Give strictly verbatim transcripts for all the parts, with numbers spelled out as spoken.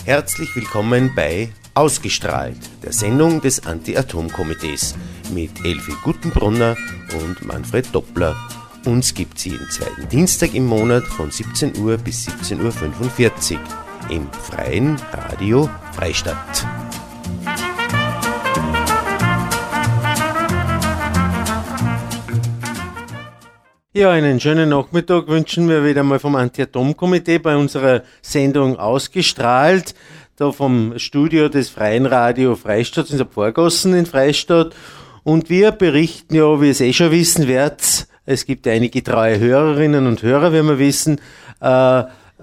Herzlich willkommen bei Ausgestrahlt, der Sendung des Anti-Atom-Komitees mit Elfi Guttenbrunner und Manfred Doppler. Uns gibt es jeden zweiten Dienstag im Monat von siebzehn Uhr bis siebzehn Uhr fünfundvierzig im freien Radio Freistadt. Ja, einen schönen Nachmittag wünschen wir wieder mal vom Anti-Atom-Komitee bei unserer Sendung Ausgestrahlt, da vom Studio des Freien Radio Freistadt in der Pfarrgassen in Freistadt. Und wir berichten ja, wie ihr es eh schon wissen werdet, es gibt einige treue Hörerinnen und Hörer, wie wir wissen, äh,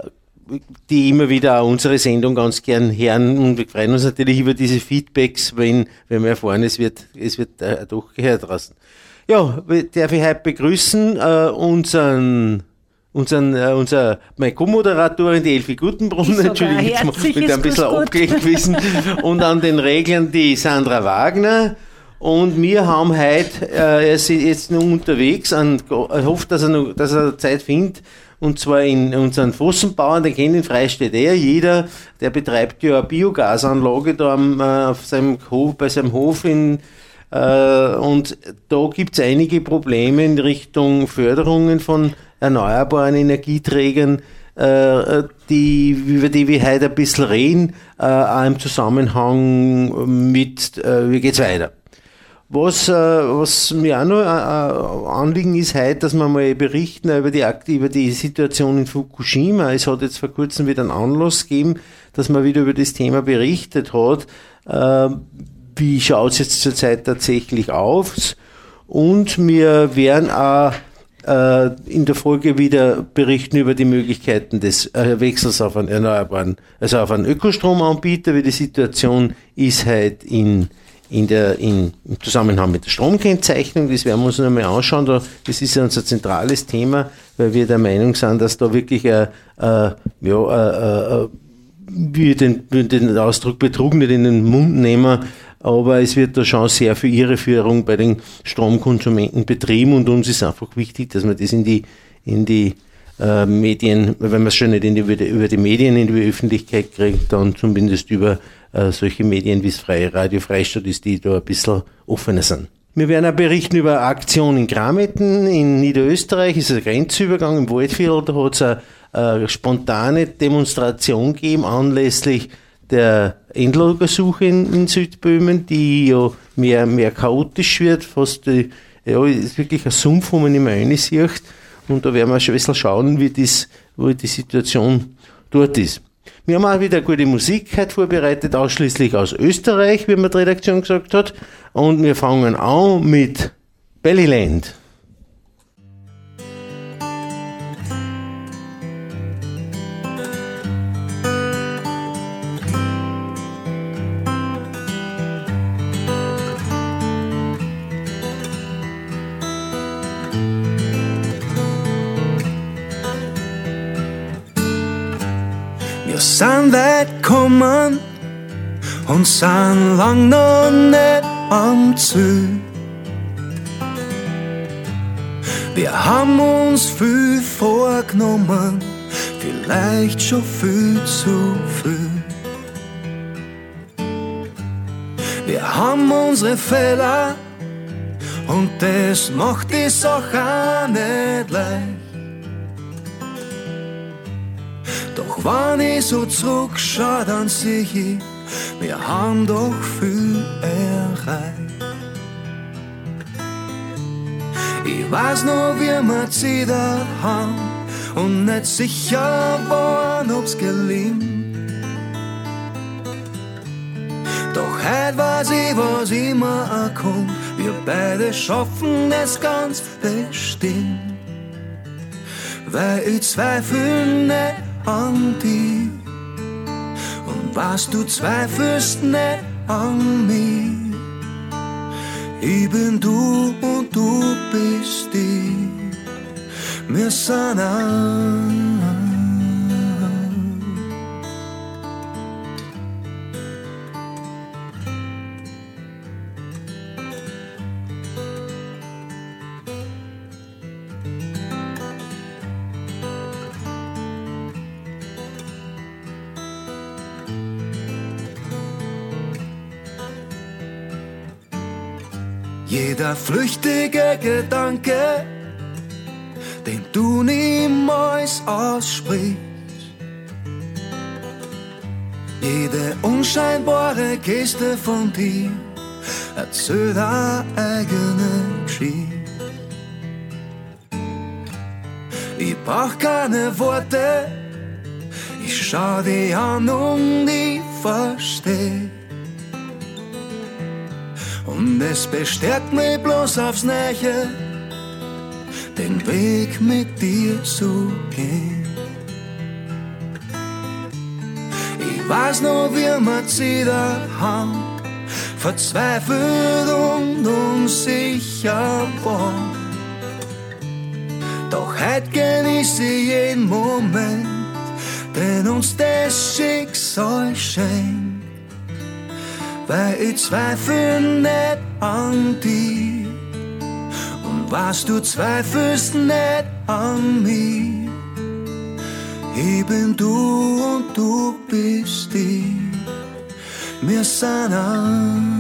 die immer wieder auch unsere Sendung ganz gern hören, und wir freuen uns natürlich über diese Feedbacks, wenn, wenn wir erfahren, es wird, es wird äh, doch gehört draußen. Ja, darf ich heute begrüßen äh, unseren, unseren, äh, unser, meine Co-Moderatorin, die Elfi Guttenbrunner, Entschuldigung, jetzt bin ein bisschen abgelegt gewesen, und an den Reglern die Sandra Wagner. Und wir haben heute, äh, er ist jetzt noch unterwegs, und ich hoffe, dass er, noch, dass er Zeit findet, und zwar in unseren Fossenbauern, den kennt in Freistadt eh jeder, der betreibt ja eine Biogasanlage da am, äh, auf seinem Hof, bei seinem Hof in Uh, und da gibt es einige Probleme in Richtung Förderungen von erneuerbaren Energieträgern, uh, die, über die wir heute ein bisschen reden, uh, auch im Zusammenhang mit, uh, wie geht's weiter. Was, uh, was mir auch noch uh, Anliegen ist heute, dass wir mal berichten über die, über die Situation in Fukushima. Es hat jetzt vor kurzem wieder einen Anlass gegeben, dass man wieder über das Thema berichtet hat. Uh, Wie schaut es jetzt zurzeit tatsächlich aus? Und wir werden auch äh, in der Folge wieder berichten über die Möglichkeiten des äh, Wechsels auf einen erneuerbaren, also auf einen Ökostromanbieter, wie die Situation ist halt in, in der, in, im Zusammenhang mit der Stromkennzeichnung. Das werden wir uns noch einmal anschauen. Da, das ist ja unser zentrales Thema, weil wir der Meinung sind, dass da wirklich ein, äh, ja, äh, wir den, den Ausdruck Betrug nicht in den Mund nehmen, aber es wird da schon sehr für Irreführung bei den Stromkonsumenten betrieben, und uns ist einfach wichtig, dass man das in die, in die äh, Medien, wenn man es schon nicht in die, über, die, über die Medien in die Öffentlichkeit kriegt, dann zumindest über äh, solche Medien wie das Freie Radio Freistadt ist, die da ein bisschen offener sind. Wir werden auch berichten über eine Aktion in Grametten in Niederösterreich, ist ein Grenzübergang im Waldviertel, da hat es eine, eine spontane Demonstration gegeben anlässlich der Endlagersuche in, in Südböhmen, die ja mehr, mehr chaotisch wird, fast, die, ja, ist wirklich ein Sumpf, wo man nicht mehr reinsieht, und da werden wir schon ein bisschen schauen, wie das, wo die Situation dort ist. Wir haben auch wieder gute Musik heute vorbereitet, ausschließlich aus Österreich, wie mir die Redaktion gesagt hat, und wir fangen an mit Bellyland. Wir sind weit gekommen und sind lang noch nicht am Ziel. Wir haben uns viel vorgenommen, vielleicht schon viel zu viel. Wir haben unsere Fehler und das macht die Sache auch nicht leicht. Doch wenn ich so zurückschaue, dann sehe ich, wir haben doch viel erreicht. Ich weiß noch, wie wir zittert haben und nicht sicher waren, ob's gelingt. Doch heute weiß ich, was immer kommt, wir beide schaffen es ganz bestimmt. Weil ich zweifle nicht an dich, und was du zweifelst nicht an mich. Ich bin du und du bist ich, wir sind ein. Jeder flüchtige Gedanke, den du niemals aussprichst. Jede unscheinbare Geste von dir erzählt eine eigene Geschichte. Ich brauch keine Worte, ich schau dich an und ich versteh. Und es bestärkt mich bloß aufs Neue, den Weg mit dir zu gehen. Ich weiß noch, wie wir zittert haben, verzweifelt und unsicher waren. Doch heute genieße ich jeden Moment, den uns das Schicksal schenkt. Weil ich zweifle nicht an dir und was du zweifelst nicht an mir. Ich bin du und du bist ich, wir sind ein.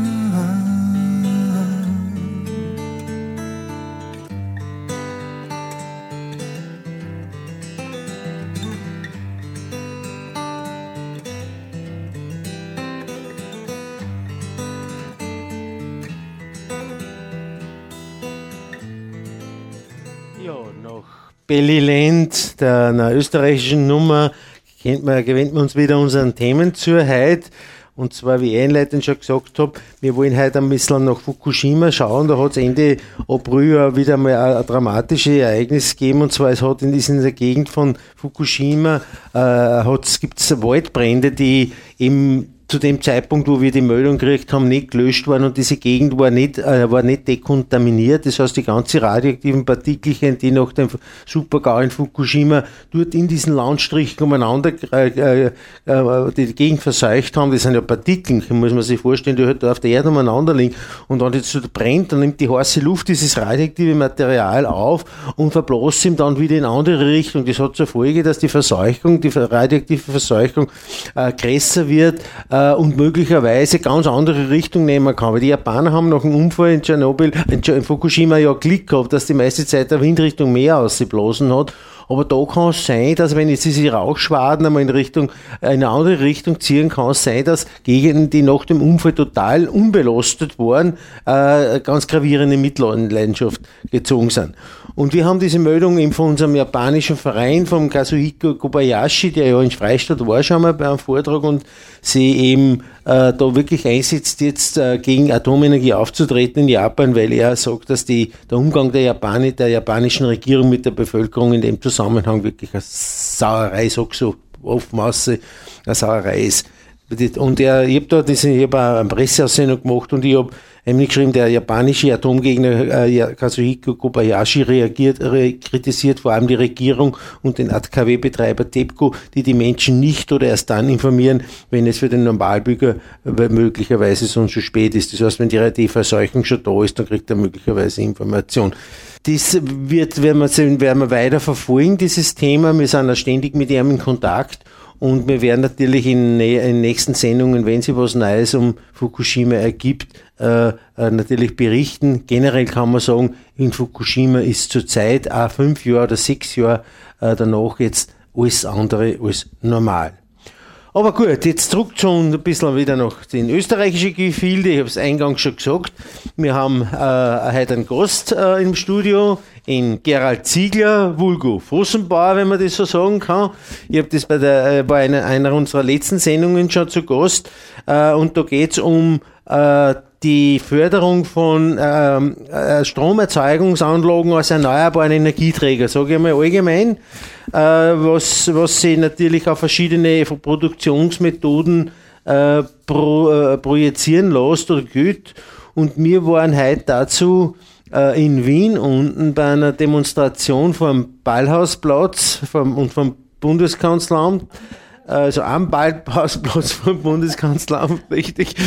Bellyland, der einer österreichischen Nummer, kennt man, gewöhnt man uns wieder unseren Themen zur heute. Und zwar, wie ich einleitend schon gesagt habe, wir wollen heute ein bisschen nach Fukushima schauen. Da hat es Ende April wieder mal ein, ein dramatisches Ereignis gegeben. Und zwar, es hat in dieser Gegend von Fukushima äh, gibt es Waldbrände, die eben zu dem Zeitpunkt, wo wir die Meldung gekriegt haben, nicht gelöscht waren und diese Gegend war nicht, äh, war nicht dekontaminiert. Das heißt, die ganzen radioaktiven Partikelchen, die nach dem Supergau in Fukushima dort in diesen Landstrichen umeinander äh, äh, die Gegend verseucht haben, das sind ja Partikel, muss man sich vorstellen, die halt da auf der Erde umeinander liegen. Und wenn jetzt so brennt, dann nimmt die heiße Luft dieses radioaktive Material auf und verblasst ihm dann wieder in andere Richtung. Das hat zur Folge, dass die Verseuchung, die radioaktive Verseuchung äh, größer wird, äh, und möglicherweise ganz andere Richtung nehmen kann. Weil die Japaner haben nach dem Unfall in Tschernobyl, in Fukushima ja Glück gehabt, dass die meiste Zeit der Windrichtung mehr ausgeblasen hat. Aber da kann es sein, dass wenn jetzt diese Rauchschwaden einmal in Richtung, in eine andere Richtung ziehen, kann es sein, dass Gegenden, die nach dem Unfall total unbelastet waren, äh, ganz gravierende Mitleidenschaft gezogen sind. Und wir haben diese Meldung eben von unserem japanischen Verein, vom Kazuhiko Kobayashi, der ja in Freistadt war schon mal bei einem Vortrag und sie eben äh, da wirklich einsetzt, jetzt äh, gegen Atomenergie aufzutreten in Japan, weil er sagt, dass die, der Umgang der, Japani, der japanischen Regierung mit der Bevölkerung in dem Zusammenhang wirklich eine Sauerei, sag so Aufmaße, eine Sauerei ist. Und er, ich habe da diese, ich habe eine Presseaussendung gemacht und ich habe nämlich geschrieben, der japanische Atomgegner äh, Kazuhiko Kobayashi reagiert, re, kritisiert vor allem die Regierung und den A K W-Betreiber TEPCO, die die Menschen nicht oder erst dann informieren, wenn es für den Normalbürger möglicherweise schon zu spät ist. Das heißt, wenn die, die Verseuchung schon da ist, dann kriegt er möglicherweise Information. Das wird, werden wir, werden wir weiter verfolgen, dieses Thema. Wir sind ja ständig mit ihm in Kontakt. Und wir werden natürlich in, in nächsten Sendungen, wenn sich was Neues um Fukushima ergibt, äh, äh, natürlich berichten. Generell kann man sagen, in Fukushima ist zurzeit auch fünf Jahre oder sechs Jahre äh, danach jetzt alles andere als normal. Aber gut, jetzt zurück schon ein bisschen wieder nach den österreichischen Gefilde. Ich habe es eingangs schon gesagt. Wir haben äh, heute einen Gast äh, im Studio, in Gerald Ziegler, vulgo Fossenbauer, wenn man das so sagen kann. Ich habe das bei der, bei einer, einer unserer letzten Sendungen schon zu Gast. Äh, und da geht es um äh, die Förderung von ähm, äh, Stromerzeugungsanlagen als erneuerbaren Energieträger, sage ich mal allgemein, äh, was, was sich natürlich auf verschiedene Produktionsmethoden äh, pro, äh, projizieren lässt oder gilt. Und wir waren heute dazu äh, in Wien unten bei einer Demonstration vom Ballhausplatz vom, und vom Bundeskanzleramt, also am Ballhausplatz vom Bundeskanzleramt, richtig.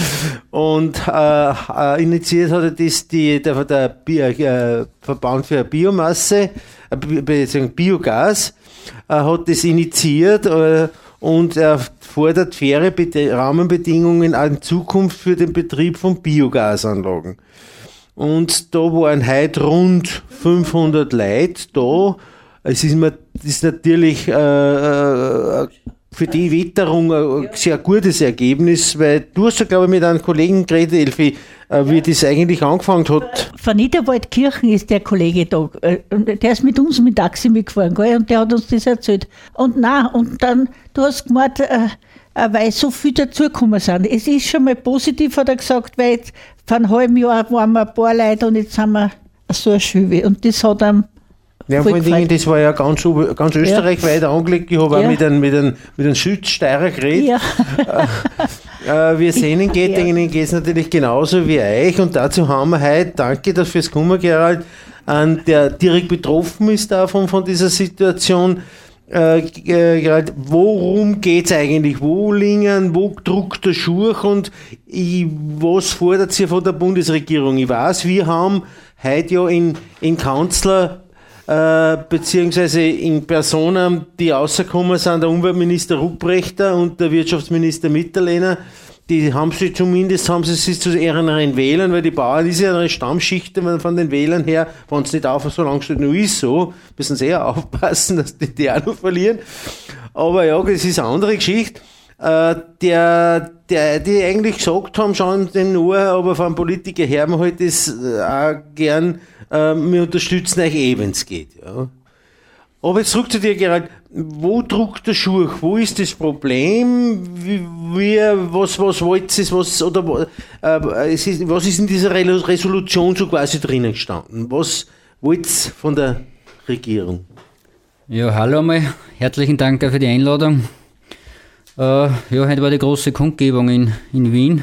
Und äh, äh, initiiert hat das die, der, der Bi- äh, Verband für Biomasse, äh, beziehungsweise Biogas, äh, hat das initiiert äh, und er fordert faire Be- Rahmenbedingungen in Zukunft für den Betrieb von Biogasanlagen. und da waren heute rund fünfhundert Leute da. Es ist, mir, das ist natürlich äh, äh, für die Witterung ein sehr gutes Ergebnis, weil du hast ja, glaube ich, mit einem Kollegen geredet, Elfi, äh, wie das eigentlich angefangen hat. Von Niederwaldkirchen ist der Kollege da. Der ist mit uns mit Taxi mitgefahren, gell? Und der hat uns das erzählt. Und nein, und dann, du hast gemeint, äh, weil so viel dazugekommen sind. Es ist schon mal positiv, hat er gesagt, weil jetzt vor einem halben Jahr waren wir ein paar Leute und jetzt sind wir so eine Schübe. Und das hat ihm ja, vor allen Dingen, das war ja ganz, ganz österreichweit ja. angelegt. Ich habe ja. auch mit einem, mit einem, mit einem Südsteirer geredet. Ja. äh, wie es ihnen geht, ja. Ihnen geht es natürlich genauso wie euch. Und dazu haben wir heute, danke dafür fürs Kommen, Gerald, an der direkt betroffen ist davon, von dieser Situation. Äh, Gerald, worum geht es eigentlich? Wo liegen, wo druckt der Schuh und ich, was fordert ihr von der Bundesregierung? Ich weiß, wir haben heute ja in, in Kanzler äh, beziehungsweise in Personen, die rausgekommen sind, der Umweltminister Ruprechter und der Wirtschaftsminister Mitterlehner, die haben sie zumindest, haben sie sich zu ihren Wählern, weil die Bauern ist ja eine Stammschicht von den Wählern her, wenn es nicht auf so lange steht, nur ist so, müssen sie eher aufpassen, dass die, die auch noch verlieren. Aber ja, das ist eine andere Geschichte. Äh, der, der, die eigentlich gesagt haben, schauen den nur, aber von Politiker her man halt das äh, auch gern, äh, wir unterstützen euch eh, wenn es geht. Ja. Aber jetzt zurück zu dir, Gerald. Wo druckt der Schuh? Wo ist das Problem? Wie, wie, was, was wollt ihr, was, oder, äh, es ist, was ist in dieser Resolution so quasi drinnen gestanden? Was wollt ihr von der Regierung? Ja, hallo einmal. Herzlichen Dank für die Einladung. Äh, ja, heute war die große Kundgebung in, in Wien.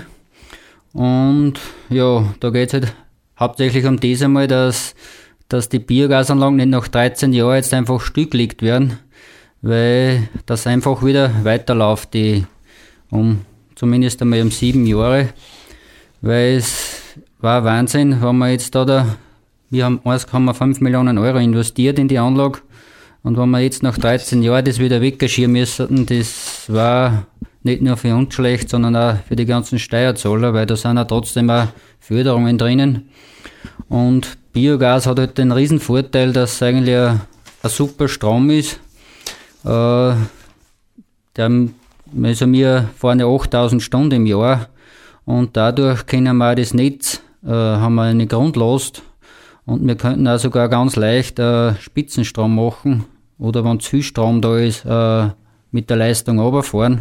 Und ja, da geht es halt hauptsächlich um das einmal, dass dass die Biogasanlagen nicht nach dreizehn Jahren jetzt einfach stillgelegt werden, weil das einfach wieder weiterläuft, die um zumindest einmal um sieben Jahre, weil es war Wahnsinn, wenn wir jetzt da, da wir haben eins Komma fünf Millionen Euro investiert in die Anlage und wenn wir jetzt nach dreizehn Jahren das wieder weggaschieren müssen, das war nicht nur für uns schlecht, sondern auch für die ganzen Steuerzahler, weil da sind ja trotzdem auch Förderungen drinnen. Und Biogas hat halt den riesen Vorteil, dass es eigentlich ein, ein super Strom ist. Äh, der, also wir fahren ja achttausend Stunden im Jahr und dadurch können wir auch das Netz, äh, haben wir eine Grundlast und wir könnten auch sogar ganz leicht äh, Spitzenstrom machen oder wenn zu viel Strom da ist, äh, mit der Leistung runterfahren.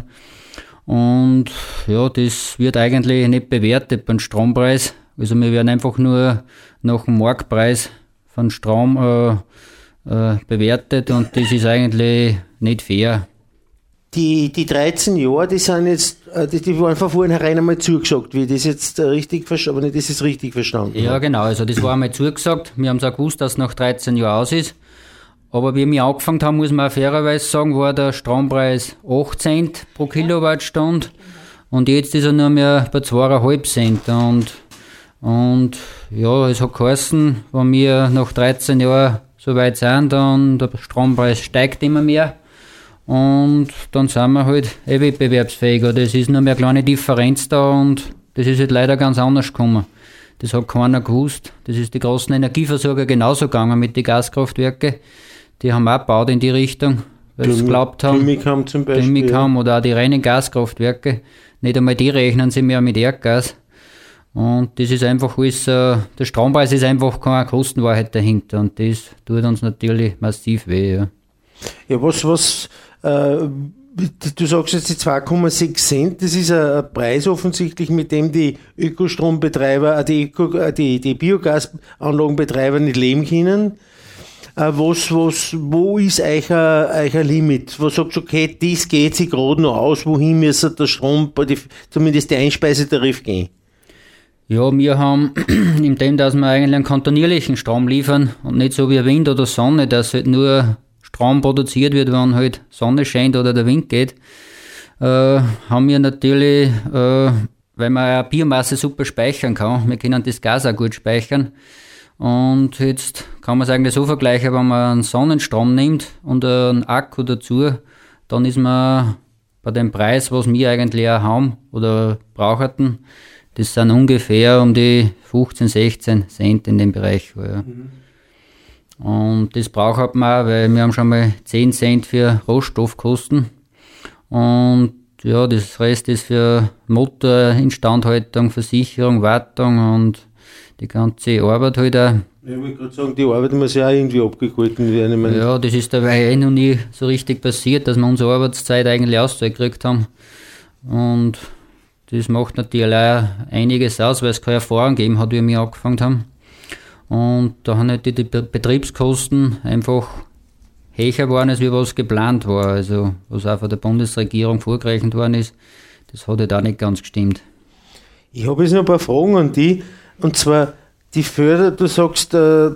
Und ja, das wird eigentlich nicht bewertet beim Strompreis. Also wir werden einfach nur nach dem Marktpreis von Strom äh, äh, bewertet und das ist eigentlich nicht fair. Die, die dreizehn Jahre, die sind jetzt, die, die waren von vornherein einmal zugesagt, wie das jetzt richtig verstanden, aber nicht, das ist richtig verstanden. Ja, genau, also das war einmal zugesagt. Wir haben es auch gewusst, dass es nach dreizehn Jahren aus ist. Aber wie wir angefangen haben, muss man auch fairerweise sagen, war der Strompreis acht Cent pro Kilowattstunde und jetzt ist er nur mehr bei zwei Komma fünf Cent. Und Und ja, es hat geheißen, wenn wir nach dreizehn Jahren so weit sind, dann der Strompreis steigt immer mehr und dann sind wir halt eh wettbewerbsfähig. Oder es ist nur mehr eine kleine Differenz da und das ist halt leider ganz anders gekommen. Das hat keiner gewusst. Das ist die großen Energieversorger genauso gegangen mit den Gaskraftwerken. Die haben auch gebaut in die Richtung, weil sie geglaubt haben. Dümikam zum Beispiel. Dümikam oder auch die reinen Gaskraftwerke. Nicht einmal die rechnen sie mehr mit Erdgas. Und das ist einfach alles, äh, der Strompreis ist einfach keine Kostenwahrheit dahinter und das tut uns natürlich massiv weh. Ja, ja was, was, äh, du sagst jetzt die zwei Komma sechs Cent, das ist ein Preis offensichtlich, mit dem die Ökostrombetreiber, die, Öko, die, die Biogasanlagenbetreiber nicht leben können. Äh, was, was, wo ist euch ein Limit? Was sagst du, okay, das geht sich gerade noch aus, wohin müsste der Strom, die, zumindest der Einspeisetarif gehen? Ja, wir haben in dem, dass wir eigentlich einen kontinuierlichen Strom liefern und nicht so wie Wind oder Sonne, dass halt nur Strom produziert wird, wenn halt Sonne scheint oder der Wind geht, äh, haben wir natürlich, äh, weil man ja Biomasse super speichern kann, wir können das Gas auch gut speichern und jetzt kann man es eigentlich so vergleichen, wenn man einen Sonnenstrom nimmt und einen Akku dazu, dann ist man bei dem Preis, was wir eigentlich auch haben oder brauchten, das sind ungefähr um die fünfzehn, sechzehn Cent in dem Bereich. Ja. Mhm. Und das braucht man auch, weil wir haben schon mal zehn Cent für Rohstoffkosten. Und ja, das Rest ist für Motor, Instandhaltung, Versicherung, Wartung und die ganze Arbeit halt auch. Ich wollte gerade sagen, die Arbeit muss ja auch irgendwie abgegolten werden. Ich meine, ja, das ist dabei eh noch nie so richtig passiert, dass wir unsere Arbeitszeit eigentlich ausgekriegt haben. Und das macht natürlich auch einiges aus, weil es keine Erfahrung gegeben hat, wie wir angefangen haben. Und da haben halt die, die Betriebskosten einfach höher waren, als wie was geplant war. Also was auch von der Bundesregierung vorgerechnet worden ist, das hat halt auch nicht ganz gestimmt. Ich habe jetzt noch ein paar Fragen an die. Und zwar die Förder, du sagst, äh,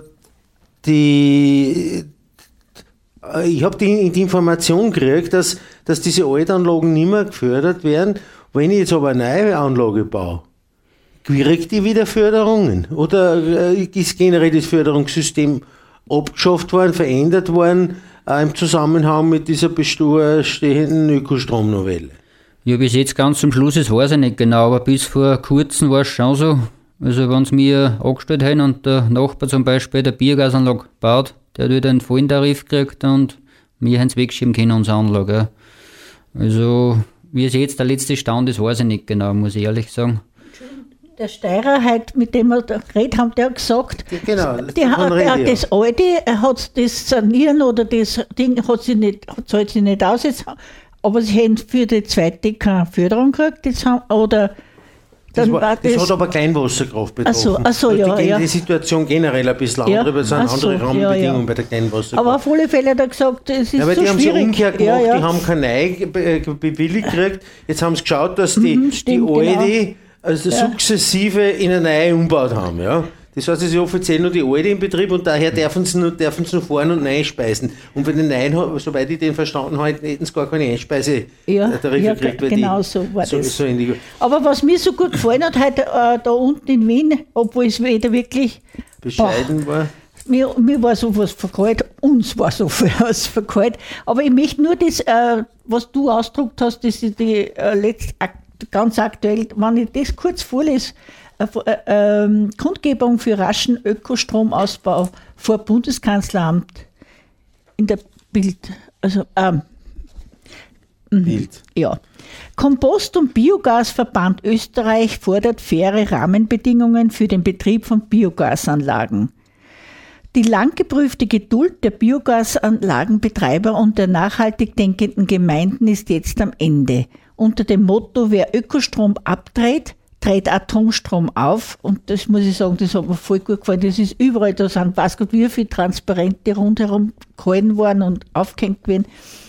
die, äh, ich habe die, die Information gekriegt, dass, dass diese Altanlagen nicht mehr gefördert werden. Wenn ich jetzt aber eine neue Anlage baue, kriegt die wieder Förderungen? Oder äh, ist generell das Förderungssystem abgeschafft worden, verändert worden, auch im Zusammenhang mit dieser bestehenden Ökostromnovelle? Ja, bis jetzt ganz zum Schluss, das weiß ich nicht genau, aber bis vor kurzem war es schon so. Also wenn sie mir angestellt haben und der Nachbar zum Beispiel der Biogasanlage baut, der hat wieder einen vollen Tarif gekriegt und wir haben es wegschieben können, unsere Anlage. Ja. Also wie es jetzt der letzte Stand ist, weiß ich nicht genau, muss ich ehrlich sagen. Der Steirer, heute, mit dem wir da geredet haben, der hat gesagt, ja, genau, die hat, der hat das Alte, er hat das Sanieren oder das Ding, hat sie nicht, zahlt sie nicht aus, jetzt, aber sie haben für die zweite keine Förderung gekriegt, jetzt haben, oder das, dann war, war das, das hat aber Kleinwasserkraft betroffen. Ach so, ach so, ja, die, ja. die Situation generell ein bisschen ja, andere, weil es sind andere so, Rahmenbedingungen ja, ja. bei der Kleinwasserkraft. Aber auf alle Fälle hat er gesagt, es ist ja, aber so die schwierig. haben sie umgekehrt gemacht, ja, ja. die haben keine neue be- bewilligt gekriegt. Jetzt haben sie geschaut, dass die, Mhm, stimmt, die alte genau. also Ja. sukzessive in eine neue umgebaut haben. Ja? Das heißt, es ist offiziell nur die alte in Betrieb und daher dürfen sie nur, dürfen sie nur fahren und einspeisen. Und bei den neuen, soweit ich den verstanden habe, hätten sie gar keine Einspeisetarife Ja, ja, gekriegt. Weil genau die, so war so, das. So die, aber was mir so gut gefallen hat, heute äh, da unten in Wien, obwohl es wieder wirklich bescheiden boah, war. Mir, mir war sowas verkalt, uns war sowas verkalt. Aber ich möchte nur das, äh, was du ausgedruckt hast, das ist die äh, letzt, ak, ganz aktuell, wenn ich das kurz vorlese, äh, äh, äh, Kundgebung für raschen Ökostromausbau vor Bundeskanzleramt in der Bild, also ähm, Bild. Ja. Kompost- und Biogasverband Österreich fordert faire Rahmenbedingungen für den Betrieb von Biogasanlagen. Die lang geprüfte Geduld der Biogasanlagenbetreiber und der nachhaltig denkenden Gemeinden ist jetzt am Ende. Unter dem Motto, wer Ökostrom abdreht, dreht Atomstrom auf. Und das muss ich sagen, das hat mir voll gut gefallen. Das ist überall, da sind weiß Gott wie viele Transparente rundherum gehalten worden und aufgehängt worden.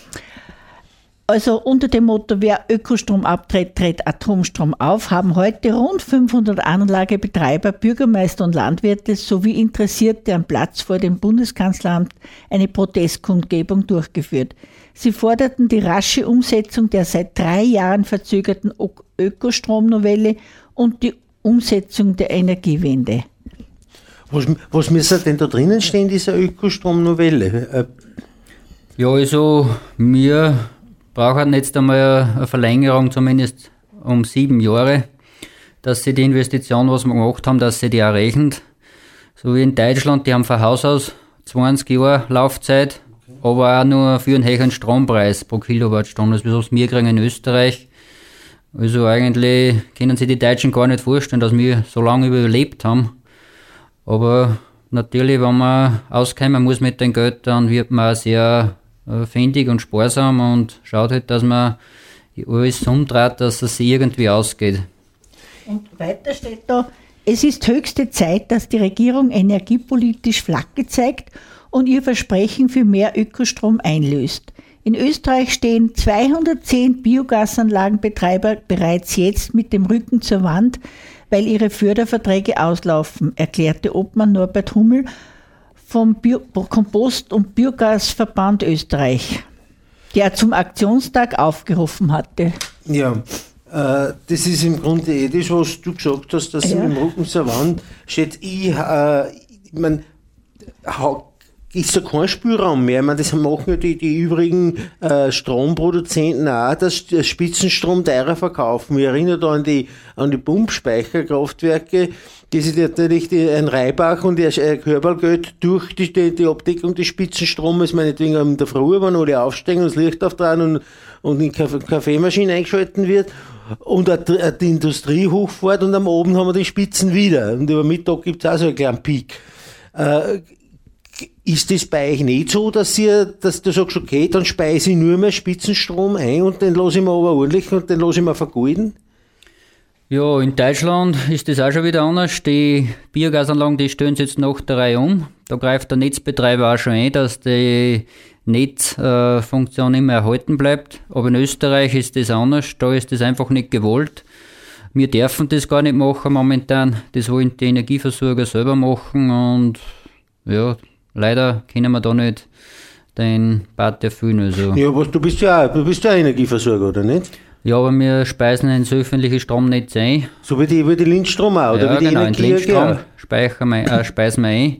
Also unter dem Motto, wer Ökostrom abdreht, dreht Atomstrom auf, haben heute rund fünfhundert Anlagebetreiber, Bürgermeister und Landwirte sowie Interessierte am Platz vor dem Bundeskanzleramt eine Protestkundgebung durchgeführt. Sie forderten die rasche Umsetzung der seit drei Jahren verzögerten Ökostromnovelle und die Umsetzung der Energiewende. Was, was müsste denn da drinnen stehen, dieser Ökostromnovelle? Ja, also wir brauchen jetzt einmal eine Verlängerung, zumindest um sieben Jahre, dass sie die Investition, was wir gemacht haben, dass sie die auch rechnet. So wie in Deutschland, die haben von Haus aus zwanzig Jahre Laufzeit, aber auch nur für einen höheren Strompreis pro Kilowattstunde, das was wir kriegen in Österreich. Also eigentlich können sich die Deutschen gar nicht vorstellen, dass wir so lange überlebt haben. Aber natürlich, wenn man auskommen muss mit dem Geld, dann wird man auch sehr findig und sparsam und schaut halt, dass man alles umdreht, dass es irgendwie ausgeht. Und weiter steht da, es ist höchste Zeit, dass die Regierung energiepolitisch Flagge zeigt und ihr Versprechen für mehr Ökostrom einlöst. In Österreich stehen zweihundertzehn Biogasanlagenbetreiber bereits jetzt mit dem Rücken zur Wand, weil ihre Förderverträge auslaufen, erklärte Obmann Norbert Hummel vom Bio- Kompost- und Biogasverband Österreich, der zum Aktionstag aufgerufen hatte. Ja, äh, das ist im Grunde eh das, was du gesagt hast, dass Ja. im Rücken zur Wand steht. Ich, äh, ich mein, ist da kein Spielraum mehr. Ich meine, das machen ja die, die übrigen äh, Stromproduzenten auch, dass der Spitzenstrom teurer verkaufen. Ich erinnere da an die, an die Pumpspeicherkraftwerke, die sich natürlich die, ein Reibach und ein Körpergeld durch die, die, die Abdeckung des Spitzenstromes, meinetwegen in der Früh, wenn alle aufsteigen und das Licht auftragen und, und die Kaffeemaschine eingeschalten wird und die Industrie hochfährt und am Abend haben wir die Spitzen wieder. Und über Mittag gibt es auch so einen kleinen Peak. Äh, Ist das bei euch nicht so, dass ihr, dass du sagst, okay, dann speise ich nur mehr Spitzenstrom ein und den lasse ich mir aber ordentlich und den lasse ich mir vergolden? Ja, in Deutschland ist das auch schon wieder anders. Die Biogasanlagen, die stellen sich jetzt nach der Reihe um. Da greift der Netzbetreiber auch schon ein, dass die Netzfunktion äh, immer erhalten bleibt. Aber in Österreich ist das anders. Da ist das einfach nicht gewollt. Wir dürfen das gar nicht machen momentan. Das wollen die Energieversorger selber machen und ja, leider können wir da nicht den Part erfüllen. Also. Ja, aber du bist ja auch, du bist ja Energieversorger, oder nicht? Ja, aber wir speisen ins öffentliche Stromnetz ein. So wie die, wie die Lindstrom auch, oder ja, wie die genau, Energie? in Lindstrom speichern wir, äh, speisen wir ein.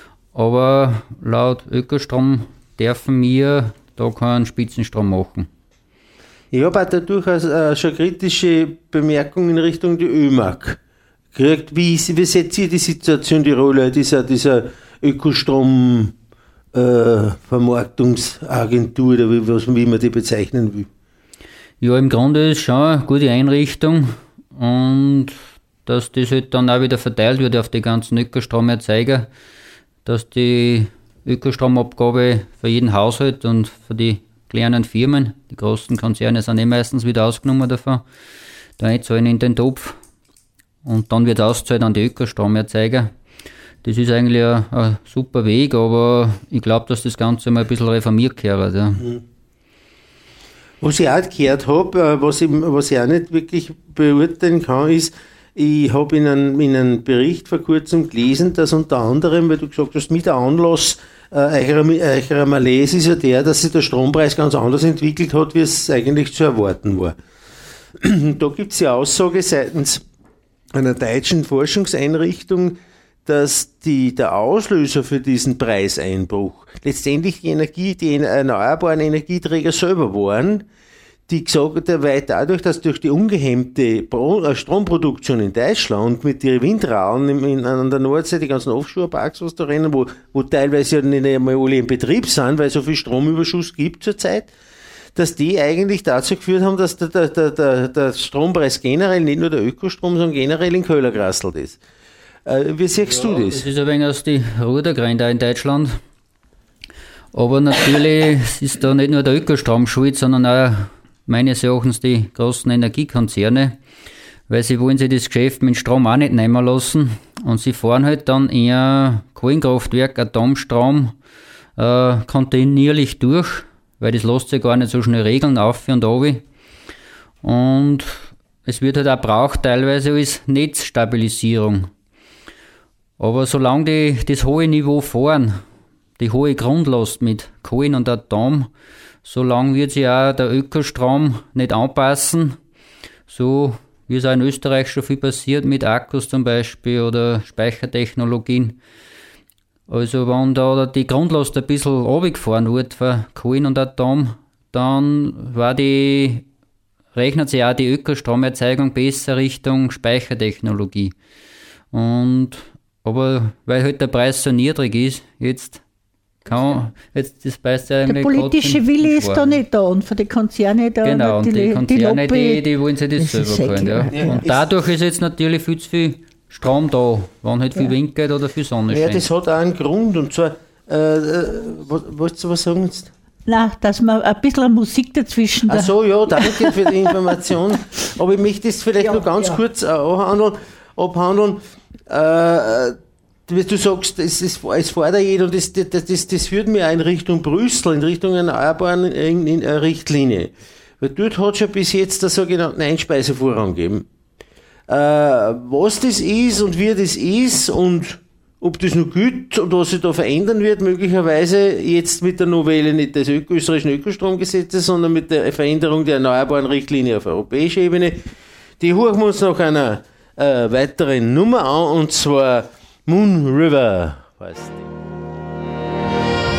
Aber laut Ökostrom dürfen wir da keinen Spitzenstrom machen. Ich habe auch da durchaus äh, schon kritische Bemerkungen in Richtung die ÖMAG gekriegt. Wie, wie seht ihr die Situation, die Rolle dieser, dieser Ökostrom äh, Vermarktungsagentur, oder wie, was, wie man die bezeichnen will? Ja, im Grunde ist schon eine gute Einrichtung und dass das halt dann auch wieder verteilt wird auf die ganzen Ökostromerzeuger, dass die Ökostromabgabe für jeden Haushalt und für die kleinen Firmen, die großen Konzerne sind eh meistens wieder ausgenommen davon, da einzahlen in den Topf und dann wird ausgezahlt an die Ökostromerzeuger. Das ist eigentlich ein, ein super Weg, aber ich glaube, dass das Ganze mal ein bisschen reformiert gehört. Ja. Mhm. Was ich auch gehört habe, was ich, was ich auch nicht wirklich beurteilen kann, ist, ich habe in einem, in einem Bericht vor kurzem gelesen, dass unter anderem, weil du gesagt hast, mit der Anlass äh, eurer Malaise ist ja der, dass sich der Strompreis ganz anders entwickelt hat, wie es eigentlich zu erwarten war. Da gibt es ja Aussage seitens einer deutschen Forschungseinrichtung, dass die, der Auslöser für diesen Preiseinbruch letztendlich die Energie, die erneuerbaren Energieträger selber waren, die gesagt haben, weil dadurch, dass durch die ungehemmte Stromproduktion in Deutschland mit den Windrauen in, in, an der Nordsee, die ganzen Offshore-Parks, was da rennen, wo, wo teilweise ja nicht einmal alle in Betrieb sind, weil es so viel Stromüberschuss gibt zurzeit, dass die eigentlich dazu geführt haben, dass der, der, der, der Strompreis generell, nicht nur der Ökostrom, sondern generell in Köhler gerasselt ist. Wie siehst ja, du das? Das ist ein wenig aus den Rudergreien da in Deutschland. Aber natürlich ist da nicht nur der Ökostrom schuld, sondern auch meines Erachtens die großen Energiekonzerne, weil sie wollen sich das Geschäft mit Strom auch nicht nehmen lassen und sie fahren halt dann eher Kohlenkraftwerk, Atomstrom äh, kontinuierlich durch, weil das lässt sich gar nicht so schnell regeln, auf und runter. Und es wird halt auch gebraucht teilweise als Netzstabilisierung. Aber solange die das hohe Niveau fahren, die hohe Grundlast mit Kohlen und Atom, solange wird sich auch der Ökostrom nicht anpassen, so wie es auch in Österreich schon viel passiert mit Akkus zum Beispiel oder Speichertechnologien. Also wenn da die Grundlast ein bisschen runtergefahren wird für Kohlen und Atom, dann war die, rechnet sich auch die Ökostromerzeugung besser Richtung Speichertechnologie. Und aber weil halt der Preis so niedrig ist, jetzt kann jetzt das beißt ja eigentlich. Der politische Wille ist da nicht da und für die Konzerne da. Genau, und die, die Konzerne, die, die, die wollen sich das, das selber holen. Ja. Ja, und dadurch ist jetzt natürlich viel zu viel Strom da, wenn halt viel ja. Wind geht oder viel Sonne scheint. Ja, das hat auch einen Grund und zwar, äh, was, wolltest du was sagen jetzt? Nein, dass man ein bisschen Musik dazwischen. Ach so, ja, danke für die Information. Aber ich möchte das vielleicht ja, noch ganz ja. kurz abhandeln. abhandeln. Äh, wie du sagst, es, es, es fordert jeder und das, das, das, das führt mir auch in Richtung Brüssel, in Richtung einer erneuerbaren in, in, in Richtlinie. Weil dort hat es ja bis jetzt den sogenannten Einspeisevorrang gegeben. Äh, was das ist und wie das ist und ob das noch gilt und was sich da verändern wird, möglicherweise jetzt mit der Novelle nicht des Öko- österreichischen Ökostromgesetzes, sondern mit der Veränderung der erneuerbaren Richtlinie auf europäischer Ebene, die hören wir uns nach einer äh, weiteren Nummer an, und zwar Moon River heißt die.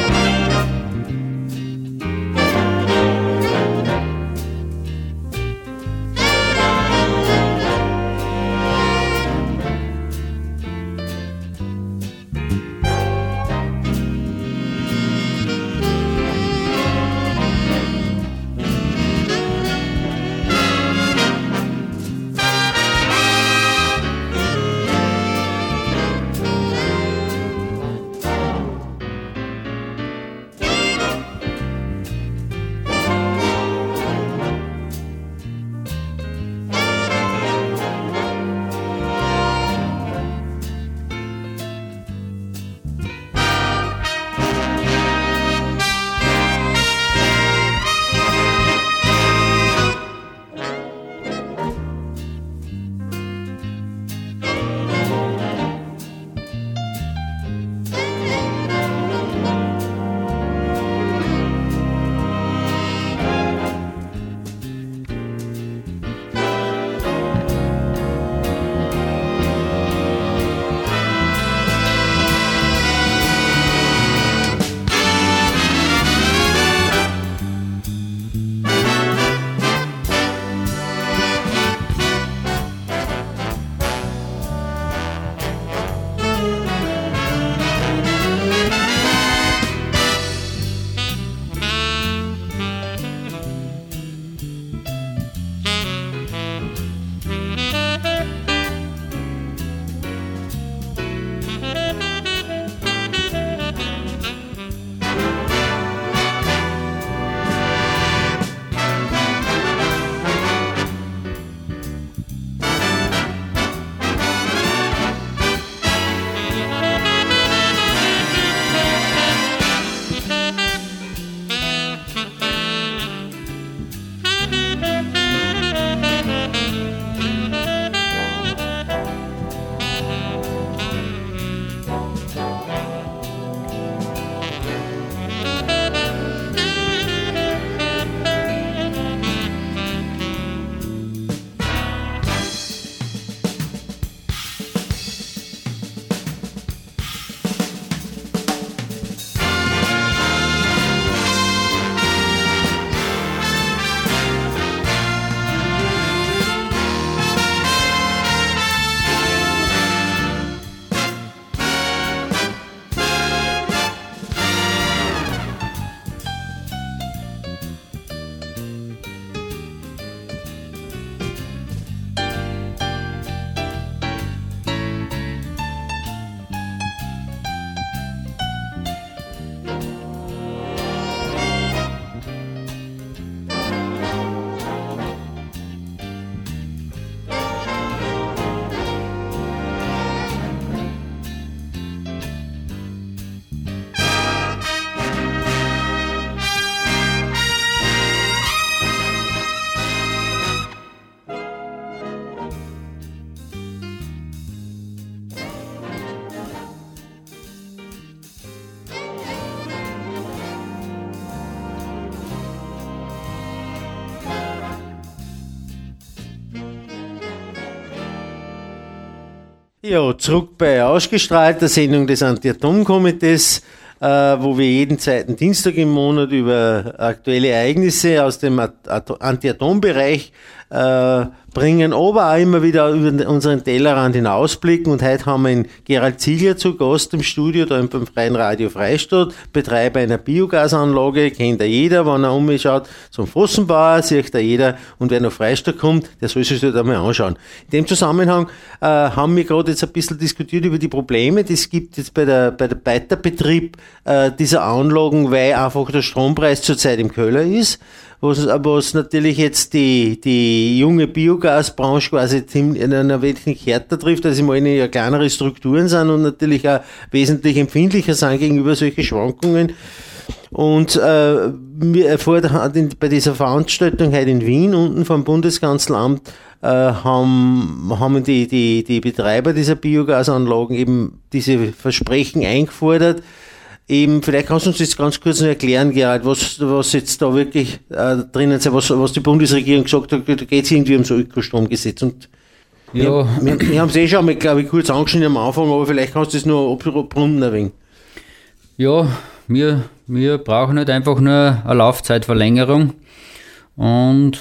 Ja, zurück bei Ausgestrahlt, der Sendung des Anti-Atom-Komitees, äh, wo wir jeden zweiten Dienstag im Monat über aktuelle Ereignisse aus dem Anti-Atom-Bereich äh, bringen, aber auch immer wieder über unseren Tellerrand hinausblicken. Und heute haben wir einen Gerald Ziegler zu Gast im Studio, da beim Freien Radio Freistadt, Betreiber einer Biogasanlage, kennt ja jeder, wenn er umschaut, zum Fossenbauer, sieht ja jeder, und wer nach Freistadt kommt, der soll sich das einmal anschauen. In dem Zusammenhang äh, haben wir gerade jetzt ein bisschen diskutiert über die Probleme, die es gibt jetzt bei der, bei der Weiterbetrieb äh, dieser Anlagen, weil einfach der Strompreis zurzeit im Keller ist. Was, was natürlich jetzt die, die junge Biogasbranche quasi in einer wesentlich härter trifft, dass sie mal in ja kleinere Strukturen sind und natürlich auch wesentlich empfindlicher sind gegenüber solchen Schwankungen. Und äh, wir vor der, bei dieser Veranstaltung heute in Wien, unten vom Bundeskanzleramt, äh, haben, haben die, die, die Betreiber dieser Biogasanlagen eben diese Versprechen eingefordert. Eben, vielleicht kannst du uns das ganz kurz noch erklären, Gerald, was, was jetzt da wirklich äh, drinnen ist, was, was die Bundesregierung gesagt hat, da geht es irgendwie um so Ökostromgesetz. Und ja. wir, wir, wir haben es eh schon mal, glaube ich, kurz angeschnitten am Anfang, aber vielleicht kannst du das nur abrunden ein wenig. Ja, wir, wir brauchen halt einfach nur eine Laufzeitverlängerung. Und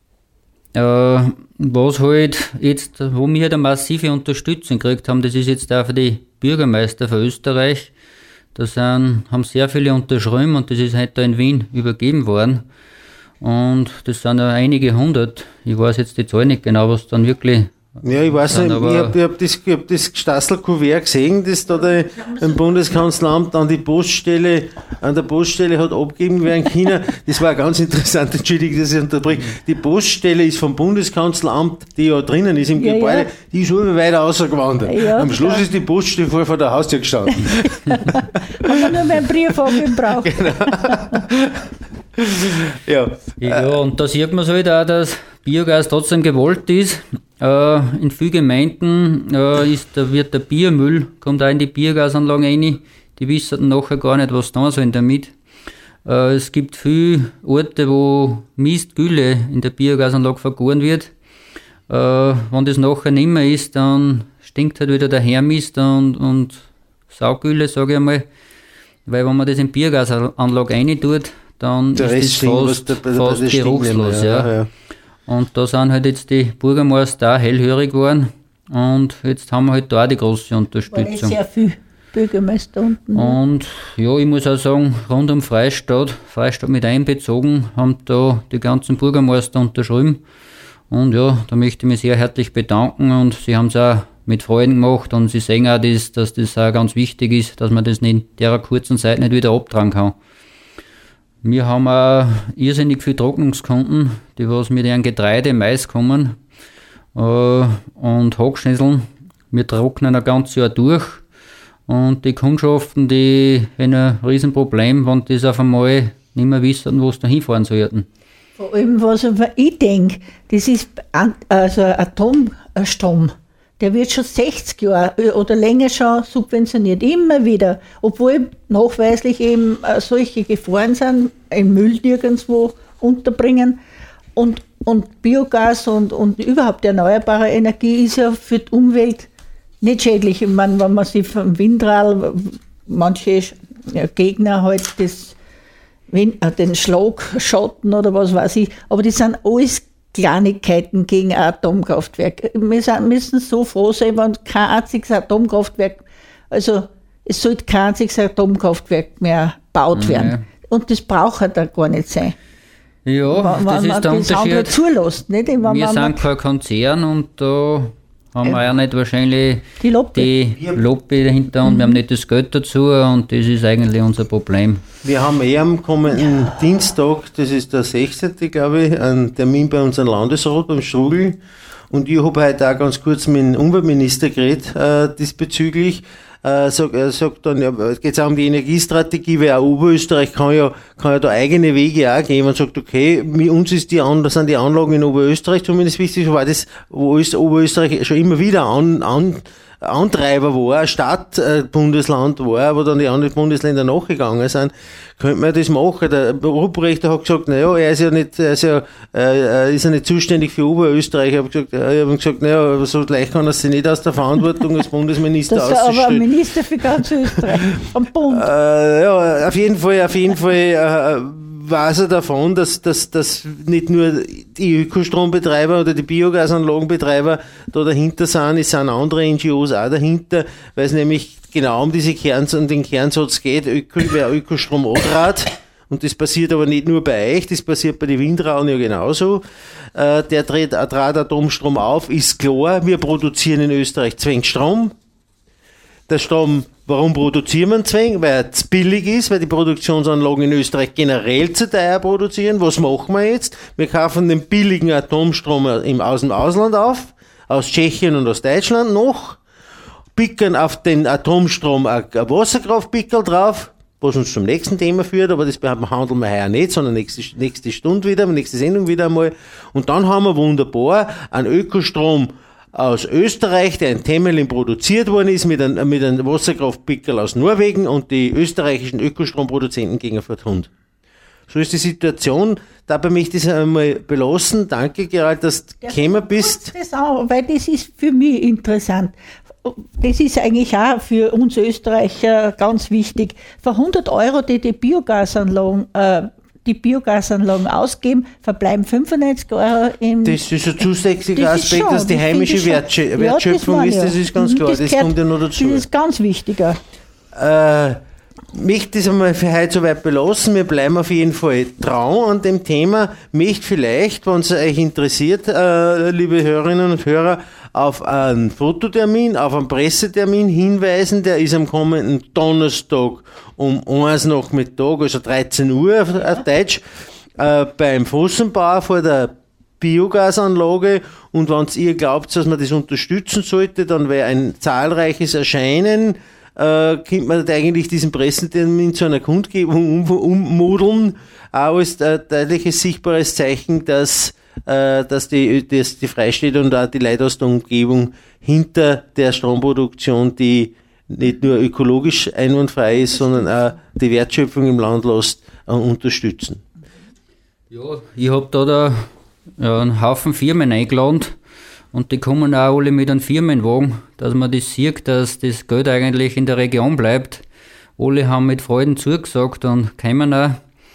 äh, was halt jetzt, wo wir halt eine massive Unterstützung gekriegt haben, das ist jetzt auch für die Bürgermeister von Österreich. Da sind, haben sehr viele unterschrieben und das ist heute da in Wien übergeben worden. Und das sind ja einige hundert. Ich weiß jetzt die Zahl nicht genau, was dann wirklich. Ja, ich weiß nicht, ich habe hab das, hab das Gestassel-Kuvert gesehen, das da, da im Bundeskanzleramt an die Poststelle, an der Poststelle hat abgegeben werden können. Das war ganz interessant, entschuldige, dass ich unterbreche. Die Poststelle ist vom Bundeskanzleramt, die ja drinnen ist im ja, Gebäude, ja. Die ist über weiter rausgewandert. Ja, Am Schluss klar. ist die Poststelle vor, vor der Haustür gestanden. Haben wir nur meinen Brief abgebraucht. Genau. ja. ja, und da sieht man so halt auch, dass Biogas trotzdem gewollt ist. Äh, in vielen Gemeinden äh, ist, da wird der Biomüll, kommt auch in die Biogasanlagen rein. Die wissen nachher gar nicht, was da sollen damit. Äh, es gibt viele Orte, wo Mistgülle in der Biogasanlage vergoren wird. Äh, wenn das nachher nicht mehr ist, dann stinkt halt wieder der Hermist und, und Saugülle, sage ich einmal. Weil wenn man das in die Biogasanlage rein tut, dann der ist das fast, der, fast der geruchslos. Ja, ja. Ja. Und da sind halt jetzt die Bürgermeister auch hellhörig geworden und jetzt haben wir halt da auch die große Unterstützung. War sehr viel Bürgermeister unten. Und ja, ich muss auch sagen, rund um Freistadt, Freistadt mit einbezogen, haben da die ganzen Bürgermeister unterschrieben. Und ja, da möchte ich mich sehr herzlich bedanken und sie haben es auch mit Freude gemacht und sie sehen auch, das, dass das auch ganz wichtig ist, dass man das in der kurzen Zeit nicht wieder abtragen kann. Wir haben auch irrsinnig viele Trocknungskunden, die was mit ihren Getreide, Mais kommen äh, und Hochschnitzeln. Wir trocknen ein ganzes Jahr durch und die Kundschaften, die haben ein Riesenproblem, wenn die das auf einmal nicht mehr wissen, wo sie da hinfahren sollten. Vor allem, was ich denke, das ist also Atomstrom. Der wird schon sechzig Jahre oder länger schon subventioniert, immer wieder, obwohl nachweislich eben solche Gefahren sind, ein Müll nirgendwo unterbringen. Und, und Biogas und, und überhaupt erneuerbare Energie ist ja für die Umwelt nicht schädlich. Ich meine, wenn man sich vom Windrad, manche Gegner halt das, den Schlagschatten oder was weiß ich, aber die sind alles Kleinigkeiten gegen ein Atomkraftwerk. Wir müssen so froh sein, wenn kein einziges Atomkraftwerk, also es sollte kein einziges Atomkraftwerk mehr gebaut werden. Ja. Und das braucht halt auch gar nicht sein. Ja, wenn, das wenn ist der das Unterschied. Zulässt, nicht? Wenn wir sind kein Konzern und da haben wir ja nicht wahrscheinlich die Lobby, die Lobby dahinter und mhm. wir haben nicht das Geld dazu und das ist eigentlich unser Problem. Wir haben eh am kommenden ja. Dienstag, das ist der sechzehnte glaube ich, einen Termin bei unserem Landesrat beim Strugel und ich habe heute auch ganz kurz mit dem Umweltminister geredet äh, diesbezüglich. Äh, sagt, er sagt dann, ja, geht es auch um die Energiestrategie, weil auch Oberösterreich kann ja, kann ja da eigene Wege auch gehen. Man sagt, okay, mit uns ist die An- sind die Anlagen in Oberösterreich zumindest wichtig, weil das, wo ist Oberösterreich schon immer wieder an, an Antreiber war, ein Stadtbundesland war, wo dann die anderen Bundesländer nachgegangen sind, könnte man das machen. Der Ruprechter hat gesagt, naja, er ist ja nicht, er ist ja, äh, ist ja nicht zuständig für Oberösterreich. Ich habe gesagt, äh, ich hab gesagt, naja, so leicht kann er sich nicht aus der Verantwortung als Bundesminister ausstellen. Das ist aber ein Minister für ganz Österreich, vom Bund. Äh, ja, auf jeden Fall, auf jeden Fall, äh, weiß er davon, dass, dass, dass nicht nur die Ökostrombetreiber oder die Biogasanlagenbetreiber da dahinter sind, es sind andere N G Os auch dahinter, weil es nämlich genau um diese Kerns- um den Kernsatz geht, Öko, wer Ökostrom antrat. Und das passiert aber nicht nur bei euch, das passiert bei den Windrauen ja genauso. Äh, der dreht, trat Atomstrom auf, ist klar, wir produzieren in Österreich Zwangstrom. Der Strom, warum produzieren wir Zwang? Weil er zu billig ist, weil die Produktionsanlagen in Österreich generell zu teuer produzieren. Was machen wir jetzt? Wir kaufen den billigen Atomstrom im, aus dem Ausland auf, aus Tschechien und aus Deutschland noch, pickern auf den Atomstrom ein Wasserkraftpickel drauf, was uns zum nächsten Thema führt, aber das behandeln wir heuer nicht, sondern nächste, nächste Stunde wieder, nächste Sendung wieder einmal. Und dann haben wir wunderbar einen Ökostrom aus Österreich, der in Temelin produziert worden ist, mit einem, mit einem Wasserkraftpickel aus Norwegen, und die österreichischen Ökostromproduzenten gegen einen Hund. So ist die Situation. Dabei möchte ich es einmal belassen. Danke, Gerald, dass du gekommen bist. Das auch, weil das ist für mich interessant. Das ist eigentlich auch für uns Österreicher ganz wichtig. Für hundert Euro, die die Biogasanlagen äh, die Biogasanlagen ausgeben, verbleiben fünfundneunzig Euro im... Das ist ein zusätzlicher Aspekt, schon, dass die heimische Wertschö- ja, Wertschöpfung ist, das ist ganz klar, das, das gehört, kommt ja noch dazu. Das ist ganz wichtiger. Äh, möchte das einmal für heute soweit belassen. Wir bleiben auf jeden Fall dran an dem Thema. Möchte vielleicht, wenn es euch interessiert, äh, liebe Hörerinnen und Hörer, auf einen Fototermin, auf einen Pressetermin hinweisen. Der ist am kommenden Donnerstag um eins Nachmittag, also dreizehn Uhr auf, auf Deutsch, äh, beim Fossenbauer vor der Biogasanlage. Und wenn ihr glaubt, dass man das unterstützen sollte, dann wäre ein zahlreiches Erscheinen, äh, könnte man eigentlich diesen Pressetermin zu einer Kundgebung um, ummodeln, auch als äh, deutliches sichtbares Zeichen, dass äh, dass die, dass die Freistädter und auch die Leute aus der Umgebung hinter der Stromproduktion, die nicht nur ökologisch einwandfrei ist, sondern auch die Wertschöpfung im Land lässt, äh, unterstützen. Ja, ich habe da, da ja, einen Haufen Firmen eingeladen und die kommen auch alle mit einem Firmenwagen, dass man das sieht, dass das Geld eigentlich in der Region bleibt. Alle haben mit Freuden zugesagt und kommen auch.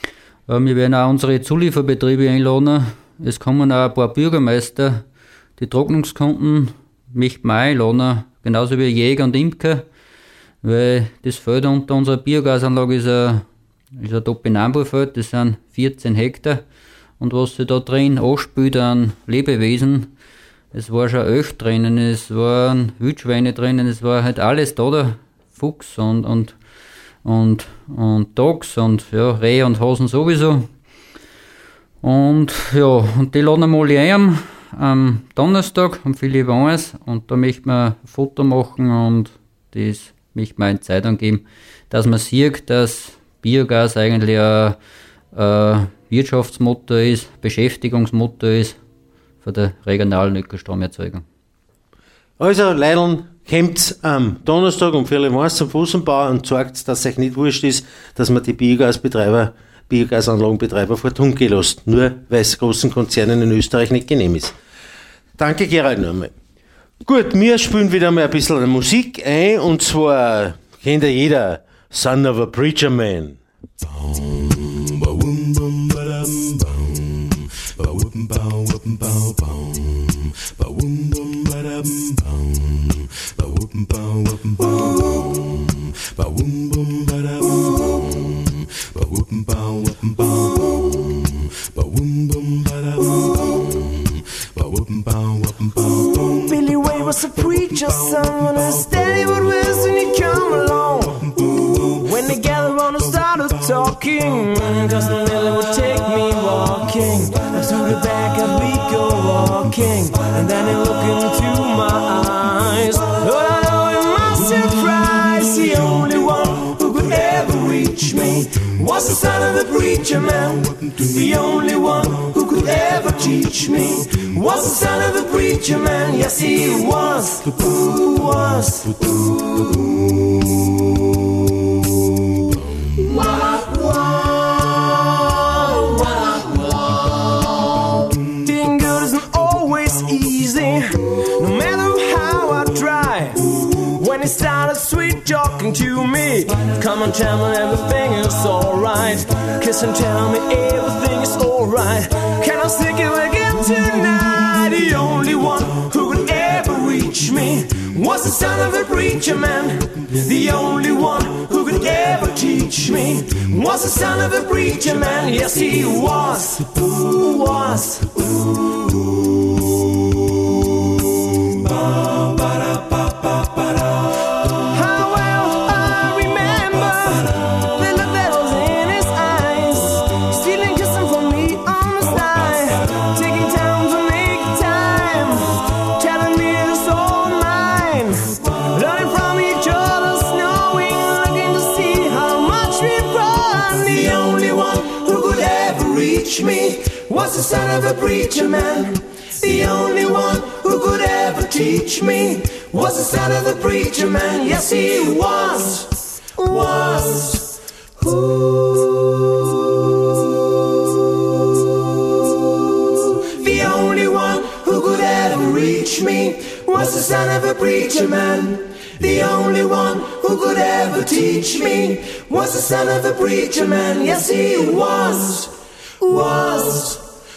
Wir werden auch unsere Zulieferbetriebe einladen. Es kommen auch ein paar Bürgermeister, die Trocknungskunden möchten wir einladen, genauso wie Jäger und Imker, weil das Feld unter unserer Biogasanlage ist ein, ist ein Topinamburfeld, das sind vierzehn Hektar, und was sich da drin anspielt an Lebewesen, es war schon Öch drinnen, es waren Wildschweine drinnen, es war halt alles da, der Fuchs und, und, und, und Dachs und ja, Rehe und Hasen sowieso. Und ja, und die laden wir alle ein am Donnerstag um Philipp eins, und da möchten wir ein Foto machen und das möchten wir in Zeitung geben, dass man sieht, dass Biogas eigentlich ein, ein Wirtschaftsmotor ist, Beschäftigungsmotor ist für die regionalen Ökostromerzeugung. Also, Leideln, kommt am Donnerstag um Philipp eins zum Fossenbau und zeigt, dass es euch nicht wurscht ist, dass man die Biogasbetreiber Biogasanlagenbetreiber vor Hund gelassen, nur weil es großen Konzernen in Österreich nicht genehm ist. Danke, Gerald, nochmal. Gut, wir spielen wieder mal ein bisschen Musik ein, und zwar kennt ja jeder Son of a Preacher Man. Billy Way was a preacher, someone who steady would whiz when you come along. When they gathered round and started talking, Cousin Millie would take me walking. Through the back of we go walking, and then he looked into my eyes. Lord, I know it must surprise, the only one who could ever reach me. me was the son of the preacher man. The only one who could ever teach me was the son of the preacher man. Yes, he was, who was. Wah, wah, wah, wah. Being good isn't always easy, no matter how I try. When he started sweet talking to me, come and tell me everything is alright. Kiss and tell me everything is alright. Can I stick it again tonight? The only one who could ever reach me was the son of a preacher man. The only one who could ever teach me was the son of a preacher man. Yes, he was, who was. Me was the son of a preacher man. The only one who could ever teach me was the son of the preacher man. Yes, he was, was, who. The only one who could ever reach me was the son of a preacher man. The only one who could ever teach me was the son of a preacher man. Yes, he was. Was,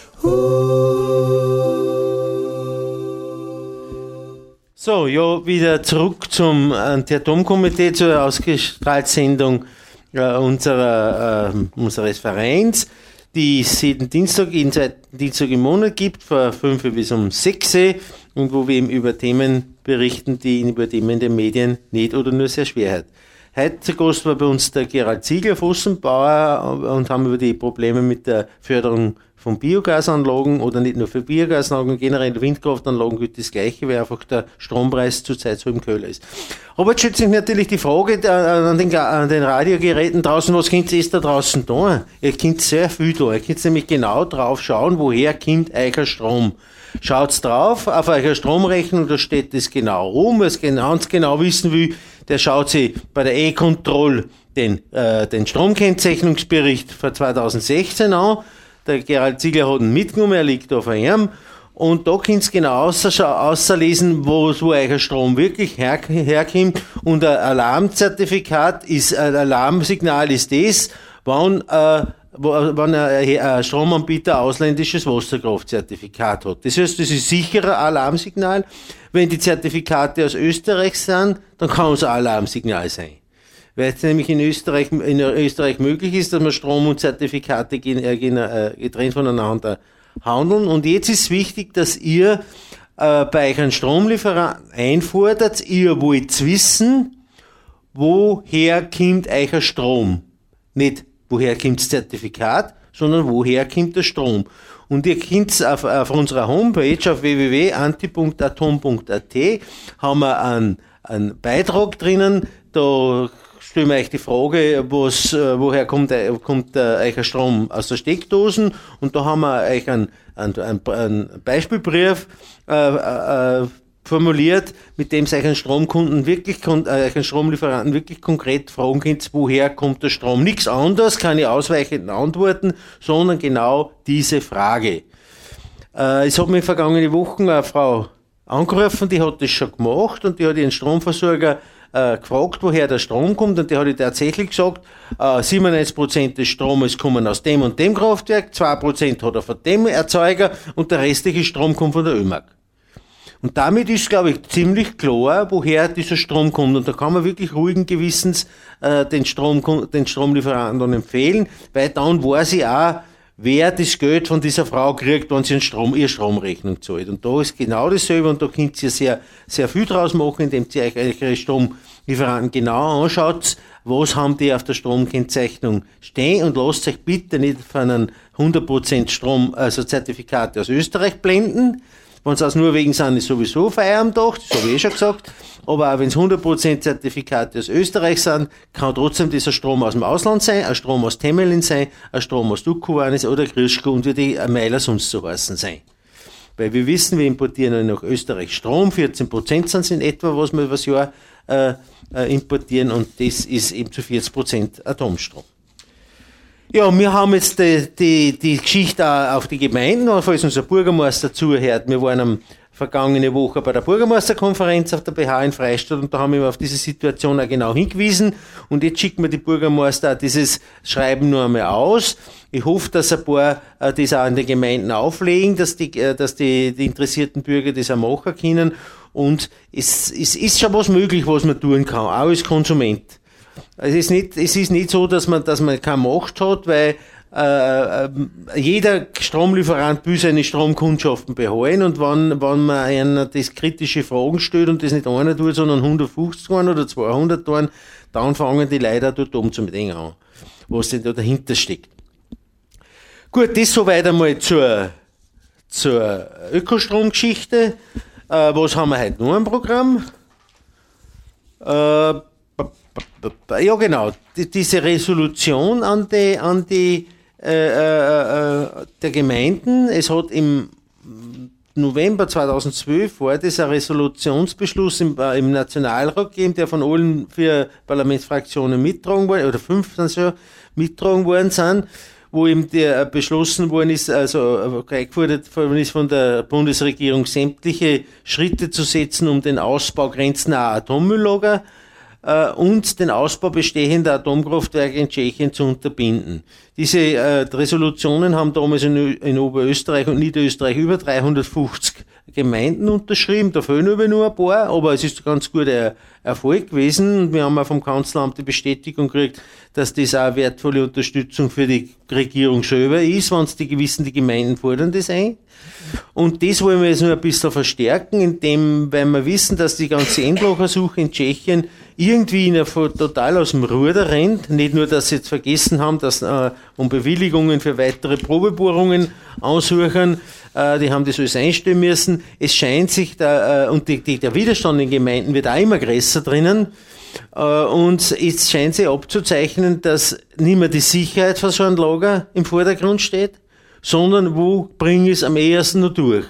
so, ja, wieder zurück zum Anti-Atom-Komitee, zur Ausgestrahlsendung äh, unserer, äh, unseres Vereins, die es jeden Dienstag, jeden zweiten Dienstag im Monat gibt, von fünf bis um sechs und wo wir eben über Themen berichten, die über Themen der Medien nicht oder nur sehr schwer hat. Heute zu Gast war bei uns der Gerald Ziegler, Fossenbauer, und haben über die Probleme mit der Förderung von Biogasanlagen oder nicht nur für Biogasanlagen, generell Windkraftanlagen gilt das Gleiche, weil einfach der Strompreis zurzeit so im Keller ist. Aber jetzt stellt sich natürlich die Frage an den, an den Radiogeräten draußen, was könnt ihr da draußen tun? Ihr könnt sehr viel tun. Ihr könnt nämlich genau drauf schauen, woher kommt euer Strom. Schaut's drauf, auf eurer Stromrechnung, da steht das genau rum, wer es ganz genau wissen will, der schaut sich bei der E-Control den, äh, den Stromkennzeichnungsbericht von zweitausendsechzehn an. Der Gerald Ziegler hat ihn mitgenommen, er liegt auf einem. Und da könnt ihr genau auslesen, wo so euer Strom wirklich her, herkommt. Und ein Alarmzertifikat ist, ein Alarmsignal ist das, wann, äh, wenn ein, ein Stromanbieter ausländisches Wasserkraftzertifikat hat. Das heißt, das ist sicherer Alarmsignal. Wenn die Zertifikate aus Österreich sind, dann kann es ein Alarmsignal sein. Weil es nämlich in Österreich, in Österreich möglich ist, dass man Strom und Zertifikate getrennt voneinander handeln. Und jetzt ist es wichtig, dass ihr äh, bei euch einen Stromlieferanten einfordert, ihr wollt wissen, woher kommt euer Strom. Nicht woher kommt das Zertifikat, sondern woher kommt der Strom. Und ihr könnt auf, auf unserer Homepage auf w w w punkt anti punkt atom punkt a t haben wir einen, einen Beitrag drinnen, da stellen wir euch die Frage, was, woher kommt, kommt äh, euer Strom aus der Steckdosen, und da haben wir euch einen, einen, einen Beispielbrief äh, äh, formuliert, mit dem ihr euren Stromkunden wirklich, äh, euren Stromlieferanten wirklich konkret fragen könnt, woher kommt der Strom. Nichts anderes, keine ausweichenden Antworten, sondern genau diese Frage. Äh, es hat mir vergangene Wochen eine Frau angerufen, die hat das schon gemacht, und die hat ihren Stromversorger äh, gefragt, woher der Strom kommt, und die hat tatsächlich gesagt, äh, siebenundneunzig Prozent des Stromes kommen aus dem und dem Kraftwerk, zwei Prozent hat er von dem Erzeuger und der restliche Strom kommt von der ÖMAG. Und damit ist, glaube ich, ziemlich klar, woher dieser Strom kommt. Und da kann man wirklich ruhigen Gewissens äh, den, Strom, den Stromlieferanten dann empfehlen, weil dann weiß ich auch, wer das Geld von dieser Frau kriegt, wenn sie einen Strom, ihre Stromrechnung zahlt. Und da ist genau dasselbe, und da könnt ihr sehr, sehr viel draus machen, indem ihr euch eure Stromlieferanten genau anschaut, was haben die auf der Stromkennzeichnung stehen, und lasst euch bitte nicht von einem hundert Prozent Strom, also Zertifikate aus Österreich blenden, Wenn sie aus Norwegen sind, ist sowieso Feier am Dach, das habe ich eh schon gesagt. Aber auch wenn es hundert Prozent Zertifikate aus Österreich sind, kann trotzdem dieser Strom aus dem Ausland sein, ein Strom aus Temelin sein, ein Strom aus Dukuvanis oder Grischko und wie die Meiler sonst zu heißen sein. Weil wir wissen, wir importieren nach Österreich Strom, vierzehn Prozent sind es in etwa, was wir über das Jahr äh, äh, importieren und das ist eben zu vierzig Prozent Atomstrom. Ja, wir haben jetzt die, die, die Geschichte auch auf die Gemeinden, falls unser Bürgermeister zuhört. Wir waren am vergangene Woche bei der Bürgermeisterkonferenz auf der B H in Freistadt und da haben wir auf diese Situation auch genau hingewiesen und jetzt schicken wir die Bürgermeister auch dieses Schreiben nur einmal aus. Ich hoffe, dass ein paar äh, das auch in den Gemeinden auflegen, dass die, äh, dass die, die interessierten Bürger das auch machen können und es, es ist schon was möglich, was man tun kann, auch als Konsument. Es ist nicht, es ist nicht so, dass man, dass man keine Macht hat, weil äh, jeder Stromlieferant will seine Stromkundschaften behalten und wenn, wenn man einer das kritische Fragen stellt und das nicht einer tut, sondern hundertfünfzig oder zweihundert tun, dann fangen die Leute auch dort oben zum Denken an, was denn da dahinter steckt. Gut, das soweit einmal zur, zur Ökostromgeschichte. Äh, was haben wir heute noch im Programm? Äh, ja genau, die, diese Resolution an die, an die äh, äh, der Gemeinden, es hat im November zweitausendzwölf war das ein Resolutionsbeschluss im, äh, im Nationalrat gegeben, der von allen vier Parlamentsfraktionen mittragen worden, oder fünf sind es ja, mittragen worden sind, wo eben der beschlossen worden ist, also eingefordert worden ist von der Bundesregierung, sämtliche Schritte zu setzen, um den Ausbau grenznaher Atommülllager äh, und den Ausbau bestehender Atomkraftwerke in Tschechien zu unterbinden. Diese äh, Resolutionen haben damals in, in Oberösterreich und Niederösterreich über dreihundertfünfzig Gemeinden unterschrieben, da fehlen aber nur ein paar, aber es ist ein ganz guter Erfolg gewesen und wir haben auch vom Kanzleramt die Bestätigung gekriegt, dass das auch eine wertvolle Unterstützung für die Regierung selber ist, wenn es die gewissen, die Gemeinden fordern das ein. Und das wollen wir jetzt nur ein bisschen verstärken, indem, weil wir wissen, dass die ganze Endlagersuche in Tschechien irgendwie in total aus dem Ruder rennt. Nicht nur, dass sie jetzt vergessen haben, dass äh, um Bewilligungen für weitere Probebohrungen aussuchen, äh, die haben das alles einstellen müssen. Es scheint sich da, äh, und die, die, der Widerstand in Gemeinden wird auch immer größer drinnen. Äh, und es scheint sich abzuzeichnen, dass nicht mehr die Sicherheit von so einem Lager im Vordergrund steht, sondern wo bringe ich es am ehesten noch durch?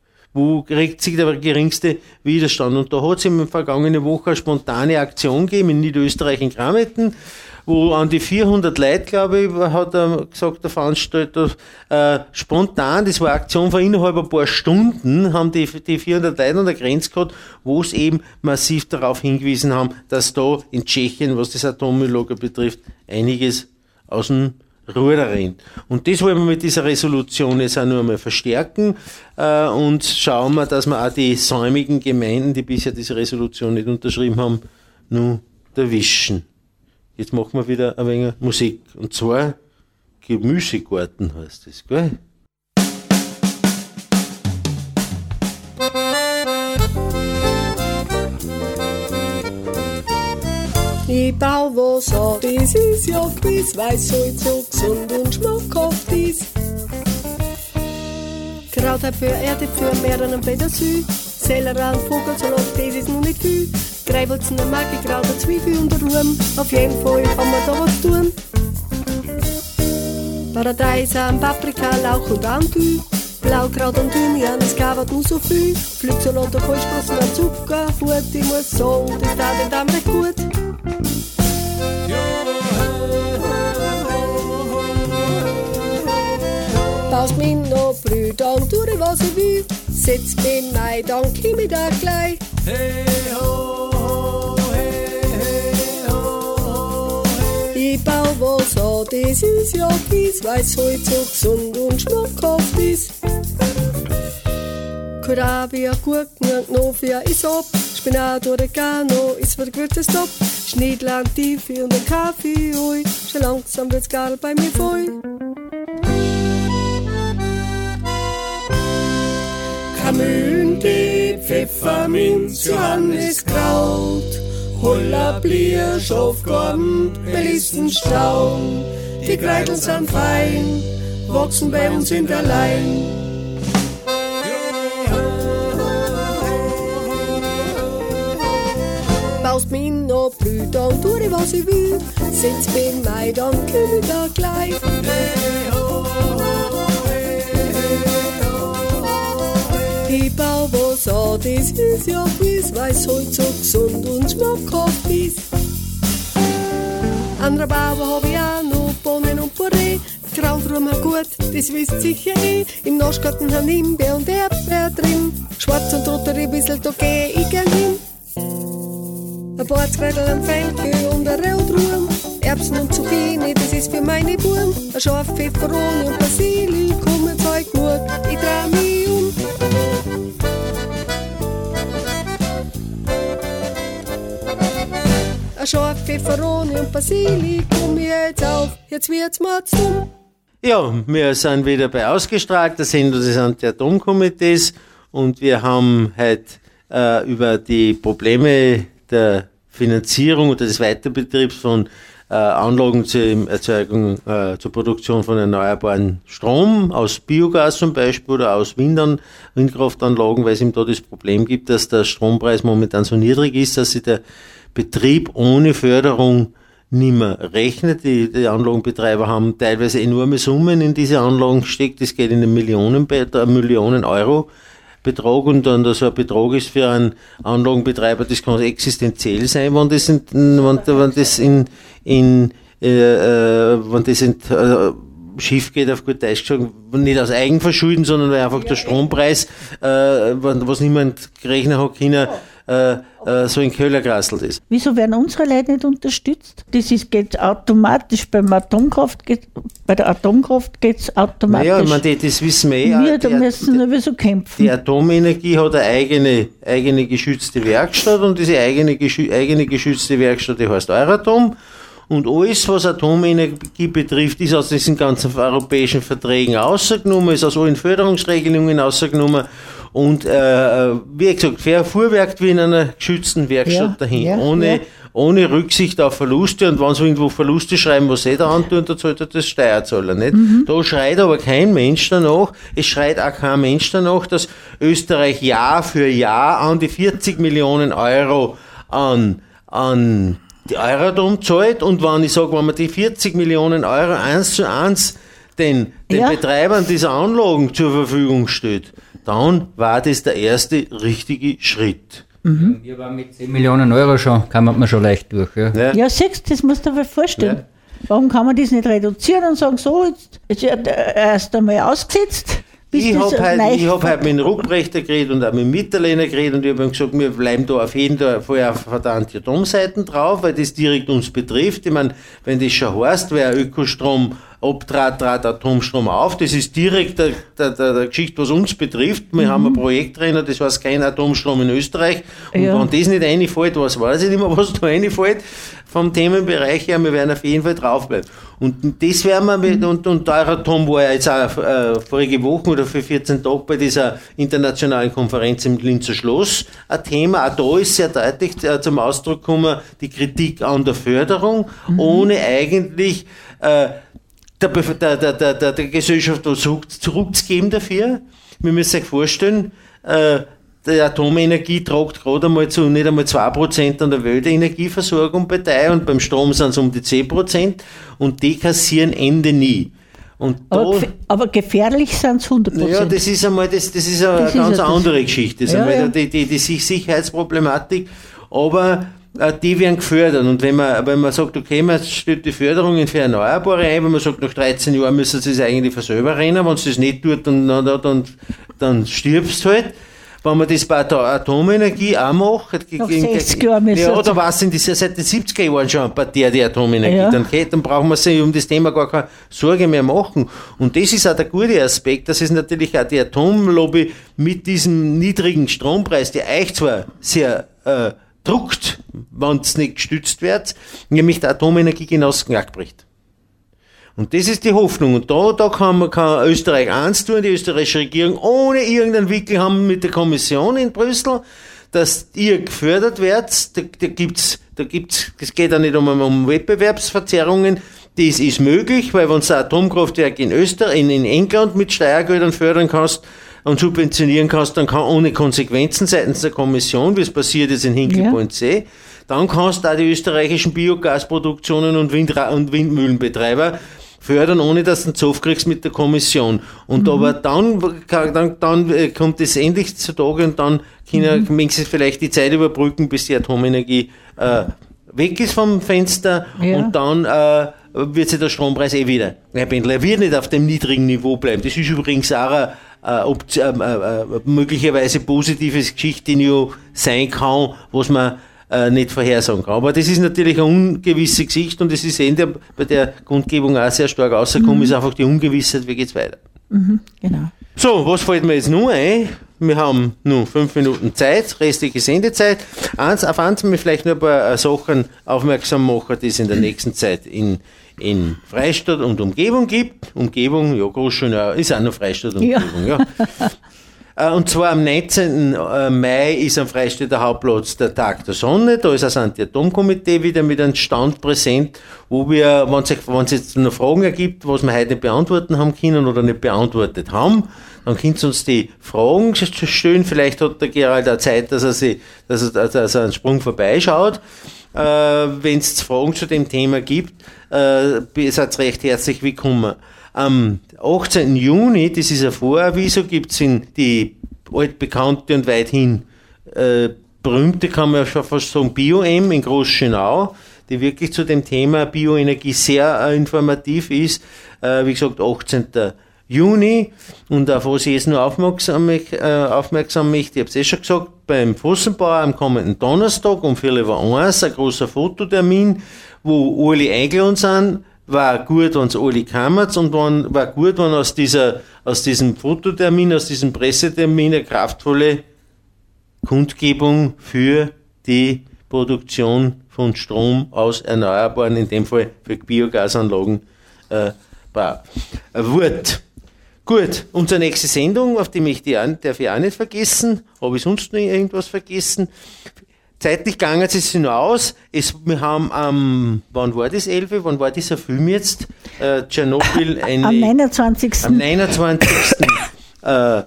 Wo regt sich der geringste Widerstand? Und da hat es in der vergangenen Woche eine spontane Aktion gegeben in Niederösterreich in Krametten, wo an die vierhundert Leute, glaube ich, hat er gesagt, der Veranstalter, äh, spontan, das war eine Aktion von innerhalb ein paar Stunden, haben die, die vierhundert Leute an der Grenze gehabt, wo es eben massiv darauf hingewiesen haben, dass da in Tschechien, was das Atommülllager betrifft, einiges aus dem Ruder rennt. Und das wollen wir mit dieser Resolution jetzt auch nur einmal verstärken äh, und schauen wir, dass wir auch die säumigen Gemeinden, die bisher diese Resolution nicht unterschrieben haben, nun erwischen. Jetzt machen wir wieder ein wenig Musik. Und zwar Gemüsegarten heißt das, gell? Ich bau was an, das ist ja gewiss, weil's so gesund und schmackhaft ist. Krautheit für Erde, für mehreren Petersil, Sellerie und Vogelsalat, das ist noch nicht viel. Greiwurzen, Maggi, Kraut, Zwiebel und Ruhm, auf jeden Fall kann man da was tun. Paradeisen, Paprika, Lauch und Andü, Blaukraut und Thymian, es gab nur so viel. Pflücksalat, Kohlsprossen und Zucker, Hut, ich muss sagen, das tat dann recht gut. Baust mich noch blöd, dann tu ich was ich will. Setz mich mein, dann komm ich da gleich. Hey ho, ho, hey, hey, ho, hey. Ich bau was an, das ist ja gewiss, weil's halt so gesund und schmackhaft ist. Kohlrabi, Gurken und Gnofia ist ab. Spinat, Oregano ist für gewürzt Top. Schnittland, Tiefe und ein Kaffee, ui. Schon langsam wird's gar bei mir voll. Kamünde, Pfefferminz, Johanniskraut, Hollablier, Schafgarten, Melissenstauden. Die Kreideln sind fein, wachsen bei uns in der Lein. Braust mich noch blöd, dann tu ich, was ich will. Sitz bin mei, dann komm ich da gleich. Hey, ho, ho, hey, hey, ho, ho, hey. Ich bau was an, das ist ja gewiss, weil's halt so gesund und schmackhaft ist. An der Bauer hab ich auch noch Bohnen und Püree. Kraut rum gut, das wisst sicher eh. Im Naschgarten haben Himbeer und Erdbeer drin. Schwarz und roter ein bisschen, da geh ich gern hin. Ein paar Zweidel am Fenkel und ein Rotruhm. Erbsen und Zucchini, das ist für meine Buben. Ein scharf Pfefferoni und Basilikum, ein Zeug nur, ich dreh mich um. Ein scharf Pfefferoni und Basilikum, jetzt auf, jetzt wird's mir zu dumm. Ja, wir sind wieder bei Ausgestrahlt, der Sendung des Anti-Atom-Komitees, und wir haben heute äh, über die Probleme der Finanzierung oder des Weiterbetriebs von äh, Anlagen zur Erzeugung, äh, zur Produktion von erneuerbaren Strom aus Biogas zum Beispiel oder aus Windern, Windkraftanlagen, weil es eben da das Problem gibt, dass der Strompreis momentan so niedrig ist, dass sich der Betrieb ohne Förderung nicht mehr rechnet. Die, die Anlagenbetreiber haben teilweise enorme Summen in diese Anlagen gesteckt. Das geht in den Millionen, Millionen Euro Betrag, und dann so ein Betrag ist für einen Anlagenbetreiber, das kann existenziell sein, wenn das in, wenn, wenn das in, in äh, wenn das in, äh, schief geht, auf gut Deutsch gesagt, nicht aus Eigenverschulden, sondern weil einfach der Strompreis, äh, was niemand gerechnet hat, können, äh, äh, so in Köhler gerasselt ist. Wieso werden unsere Leute nicht unterstützt? Das ist, geht automatisch beim Atomkraft, geht, bei der Atomkraft geht es automatisch. Naja, ich meine, das wissen wir eh. Wir, da müssen wir so kämpfen. Die Atomenergie hat eine eigene, eigene geschützte Werkstatt, und diese eigene, eigene geschützte Werkstatt, die heißt Euratom. Und alles, was Atomenergie betrifft, ist aus diesen ganzen europäischen Verträgen rausgenommen, ist aus allen Förderungsregelungen rausgenommen. Und äh, wie gesagt, verfuhrwerkt wie in einer geschützten Werkstatt ja, dahin, ja, ohne, ja. ohne Rücksicht auf Verluste. Und wenn sie irgendwo Verluste schreiben, was sie da antun, dann zahlt er das Steuerzahler nicht. Mhm. Da schreit aber kein Mensch danach, es schreit auch kein Mensch danach, dass Österreich Jahr für Jahr an die vierzig Millionen Euro an, an die Euratom zahlt. Und wenn ich sage, wenn man die vierzig Millionen Euro eins zu eins den, den ja. Betreibern dieser Anlagen zur Verfügung stellt, dann war das der erste richtige Schritt. Mhm. Wir waren mit zehn Millionen Euro schon, kann man schon leicht durch. Ja, ja. ja siehst, das musst du dir vorstellen. Ja. Warum kann man das nicht reduzieren und sagen, so, jetzt, jetzt wird erst einmal ausgesetzt? Ich habe heute hab mit dem Ruprechter geredet und auch mit dem Mitterlehner geredet, und ich habe ihm gesagt, wir bleiben da auf jeden Fall auf der Anti-Atom-Seite drauf, weil das direkt uns betrifft. Ich meine, wenn das schon heißt, wer Ökostrom abtrat, trat Atomstrom auf, das ist direkt der, der, der, der Geschichte, was uns betrifft. Wir mhm. haben ein Projekt drin, das heißt kein Atomstrom in Österreich, und ja. wenn das nicht reinfällt, was weiß ich nicht mehr, was da reinfällt, vom Themenbereich her, wir werden auf jeden Fall draufbleiben. Und das werden wir, mit, und, und Euratom war ja jetzt auch äh, vorige Woche oder für vierzehn Tage bei dieser internationalen Konferenz im Linzer Schloss ein Thema. Auch da ist sehr deutlich äh, zum Ausdruck gekommen, die Kritik an der Förderung, mhm. ohne eigentlich äh, der, der, der, der, der, der Gesellschaft zurück, zurückzugeben dafür. Wir müssen sich vorstellen, äh, die Atomenergie tragt gerade einmal zu nicht einmal zwei Prozent an der Weltenergieversorgung bei, und beim Strom sind es um die zehn Prozent, und die kassieren Ende nie. Und aber, da, aber gefährlich sind es hundert Prozent. Ja, das ist einmal das, das ist eine das ganz ist andere das. Geschichte. Das ist ja, einmal ja. die, die, die Sicherheitsproblematik, aber äh, die werden gefördert. Und wenn man, wenn man sagt, okay, man stellt die Förderungen für Erneuerbare ein, wenn man sagt, nach dreizehn Jahren müssen sie es eigentlich für selber rennen, wenn sie das nicht tut, dann, dann, dann, dann stirbst du halt. Wenn man das bei der Atomenergie auch macht, nach sechzig Jahren ja, oder was sind das ja seit den siebziger Jahren schon bei der die Atomenergie, ja. dann, dann brauchen wir sich um das Thema gar keine Sorge mehr machen. Und das ist auch der gute Aspekt, dass es natürlich auch die Atomlobby mit diesem niedrigen Strompreis, der euch zwar sehr äh, druckt, wenn es nicht gestützt wird, nämlich der Atomenergiegenossen bricht. Und das ist die Hoffnung. Und da, da kann, man, kann Österreich eins tun, die österreichische Regierung, ohne irgendeinen Wickel haben mit der Kommission in Brüssel, dass ihr gefördert werdet. Da, da gibt's, da gibt's, es geht ja nicht um, um Wettbewerbsverzerrungen. Das ist möglich, weil wenn du ein Atomkraftwerk in Österreich, in, in England mit Steuergeldern fördern kannst und subventionieren kannst, dann kann ohne Konsequenzen seitens der Kommission, wie es passiert ist in Hinkley-Point-See, dann kannst du auch die österreichischen Biogasproduktionen und, Windra- und Windmühlenbetreiber fördern, ohne dass du einen Zoff kriegst mit der Kommission. Und mhm. aber dann, dann, dann kommt es endlich zutage und dann können mhm. sie vielleicht die Zeit überbrücken, bis die Atomenergie äh, weg ist vom Fenster ja. und dann äh, wird sich der Strompreis eh wieder einpendeln. Er wird nicht auf dem niedrigen Niveau bleiben. Das ist übrigens auch eine äh, ob, äh, äh, möglicherweise positive Geschichte, die ja sein kann, was man äh, nicht vorhersagen kann. Aber das ist natürlich eine ungewisse Geschichte und das ist in der, bei der Kundgebung auch sehr stark rausgekommen, mhm. ist einfach die Ungewissheit, wie geht's weiter. Mhm, genau. So, was fällt mir jetzt nur ein? Wir haben nur fünf Minuten Zeit, restliche Sendezeit. Eins, auf eins mir vielleicht nur ein paar Sachen aufmerksam machen, die es in der nächsten Zeit in, in Freistadt und Umgebung gibt. Umgebung, ja, Großschönau ist auch noch Freistadt und ja. Umgebung, ja. Und zwar am neunzehnten Mai ist am Freistädter Hauptplatz der Tag der Sonne. Da ist das Anti-Atom-Komitee wieder mit einem Stand präsent, wo wir, wenn es, wenn es jetzt noch Fragen ergibt, was wir heute nicht beantworten haben können oder nicht beantwortet haben, dann könnt ihr uns die Fragen stellen. Vielleicht hat der Gerald auch Zeit, dass er, sie, dass er, dass er einen Sprung vorbeischaut. Äh, wenn es Fragen zu dem Thema gibt, äh, seid recht herzlich willkommen. Am achtzehnten Juni, das ist ein Voraviso, gibt es die altbekannte und weithin äh, berühmte, kann man ja schon fast sagen, Bio-M in Großschönau, die wirklich zu dem Thema Bioenergie sehr äh, informativ ist. Äh, wie gesagt, achtzehnten Juni. Und auf was ich jetzt nur aufmerksam, äh, aufmerksam möchte, ich habe es eh schon gesagt, beim Fossenbauer am kommenden Donnerstag um Viertel über eins ein großer Fototermin, wo alle eingeladen sind. War gut, wenn es alle kamen und wann, war gut, wenn aus, dieser, aus diesem Fototermin, aus diesem Pressetermin eine kraftvolle Kundgebung für die Produktion von Strom aus Erneuerbaren, in dem Fall für Biogasanlagen, äh, war. Ein Wort. Gut, unsere nächste Sendung, auf die möchte ich auch, darf ich auch nicht vergessen. Habe ich sonst noch irgendwas vergessen? Zeitlich gegangen es sich noch aus. Es, wir haben am, ähm, wann war das, Elfi? Wann war dieser Film jetzt? Äh, Tschernobyl. Eine, am neunundzwanzigsten Am neunundzwanzigsten äh, äh,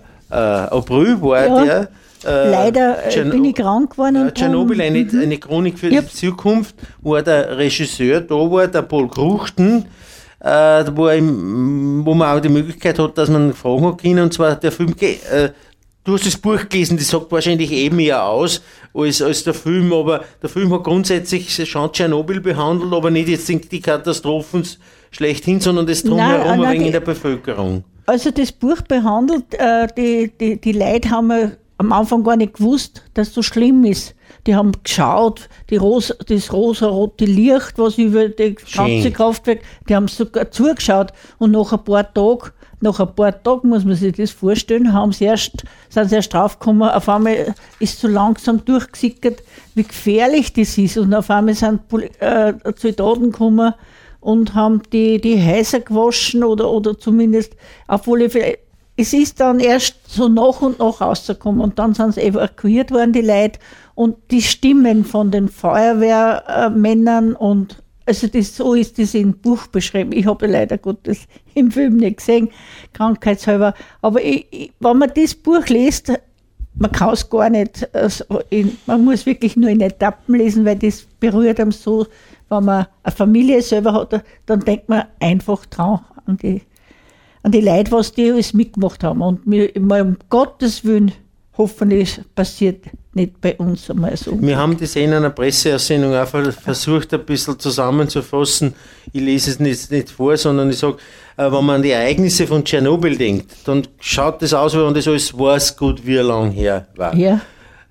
April war ja, der. Äh, leider Tscherno- bin ich krank geworden. Ja, und Tschernobyl, eine, mhm. eine Chronik für ja. die Zukunft, wo der Regisseur da war, der Paul Kruchten, äh, wo, er im, wo man auch die Möglichkeit hat, dass man Fragen hat können, und zwar der Film, äh, du hast das Buch gelesen, das sagt wahrscheinlich eh mehr aus als, als der Film, aber der Film hat grundsätzlich schon Tschernobyl behandelt, aber nicht jetzt die Katastrophen schlechthin, sondern das Drumherum ein wenig in der Bevölkerung. Also das Buch behandelt, äh, die, die, die Leute haben äh, am Anfang gar nicht gewusst, dass es so schlimm ist. Die haben geschaut, die Ros- das rosa-rote Licht, was über das ganze Kraftwerk, die haben sogar zugeschaut und nach ein paar Tagen Nach ein paar Tagen, muss man sich das vorstellen, haben sie erst, sind sie erst draufgekommen, auf einmal ist so langsam durchgesickert, wie gefährlich das ist. Und auf einmal sind äh, Soldaten gekommen und haben die, die Häuser gewaschen oder, oder zumindest auf alle Fälle. Es ist dann erst so nach und nach rausgekommen und dann sind sie evakuiert worden, die Leute. Und die Stimmen von den Feuerwehrmännern und Also das, so ist das im Buch beschrieben. Ich habe leider Gottes im Film nicht gesehen, krankheitshalber. Aber ich, ich, wenn man das Buch liest, man kann es gar nicht, also in, man muss wirklich nur in Etappen lesen, weil das berührt einem so, wenn man eine Familie selber hat, dann denkt man einfach dran an die, an die Leute, was die alles mitgemacht haben. Und mir, um Gottes Willen, hoffentlich passiert nicht bei uns einmal so. Wir haben das in einer Presseaussendung auch versucht, ein bisschen zusammenzufassen. Ich lese es nicht, nicht vor, sondern ich sage, äh, wenn man an die Ereignisse von Tschernobyl denkt, dann schaut das aus, wie man das alles weiß, gut wie lang her war. Ja.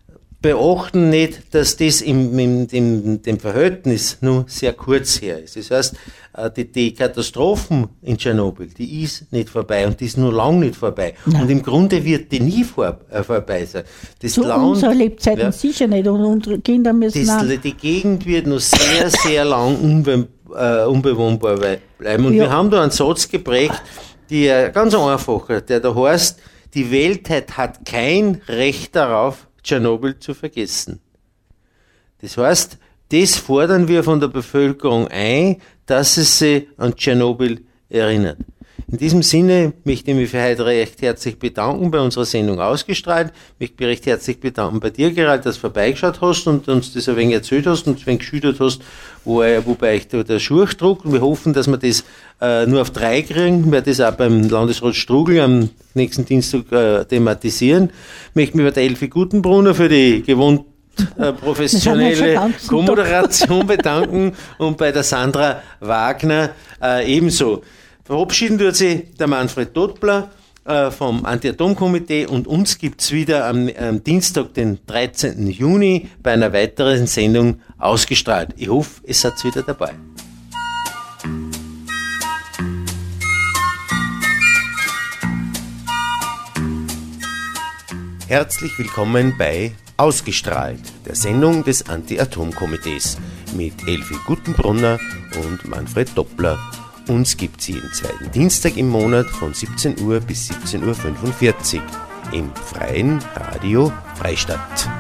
Beachten nicht, dass das im, im, im, dem Verhältnis nur sehr kurz her ist. Das heißt, die, die Katastrophen in Tschernobyl, die ist nicht vorbei und die ist nur lang nicht vorbei. Nein. Und im Grunde wird die nie vor, äh, vorbei sein. Das Zu Land, unserer Lebzeiten ja, sicher nicht und unsere Kinder müssen das, auch. Die Gegend wird noch sehr, sehr lang unbe, äh, unbewohnbar bleiben. Und ja. wir haben da einen Satz geprägt, der ganz einfacher, der da heißt, die Welt hat kein Recht darauf, Tschernobyl zu vergessen. Das heißt, das fordern wir von der Bevölkerung ein, dass es sich an Tschernobyl erinnert. In diesem Sinne möchte ich mich für heute recht herzlich bedanken bei unserer Sendung ausgestrahlt. Ich möchte mich recht herzlich bedanken bei dir, Gerald, dass du vorbeigeschaut hast und uns das ein wenig erzählt hast und ein wenig geschildert hast, wo, wo bei euch da der Schuh druckt. Und wir hoffen, dass wir das äh, nur auf drei kriegen. Wir das auch beim Landesrat Strugel am nächsten Dienstag äh, thematisieren. Ich möchte mich bei der Elfi Gutenbrunner für die gewohnte Äh, professionelle Co-Moderation bedanken und bei der Sandra Wagner äh, ebenso. Verabschieden tut sich der Manfred Doppler äh, vom Anti-Atom-Komitee und uns gibt es wieder am, am Dienstag, den dreizehnten Juni, bei einer weiteren Sendung ausgestrahlt. Ich hoffe, ihr seid wieder dabei. Herzlich willkommen bei Ausgestrahlt, der Sendung des Anti-Atom-Komitees mit Elfi Gutenbrunner und Manfred Doppler. Uns gibt es jeden zweiten Dienstag im Monat von siebzehn Uhr bis siebzehn Uhr fünfundvierzig im freien Radio Freistadt.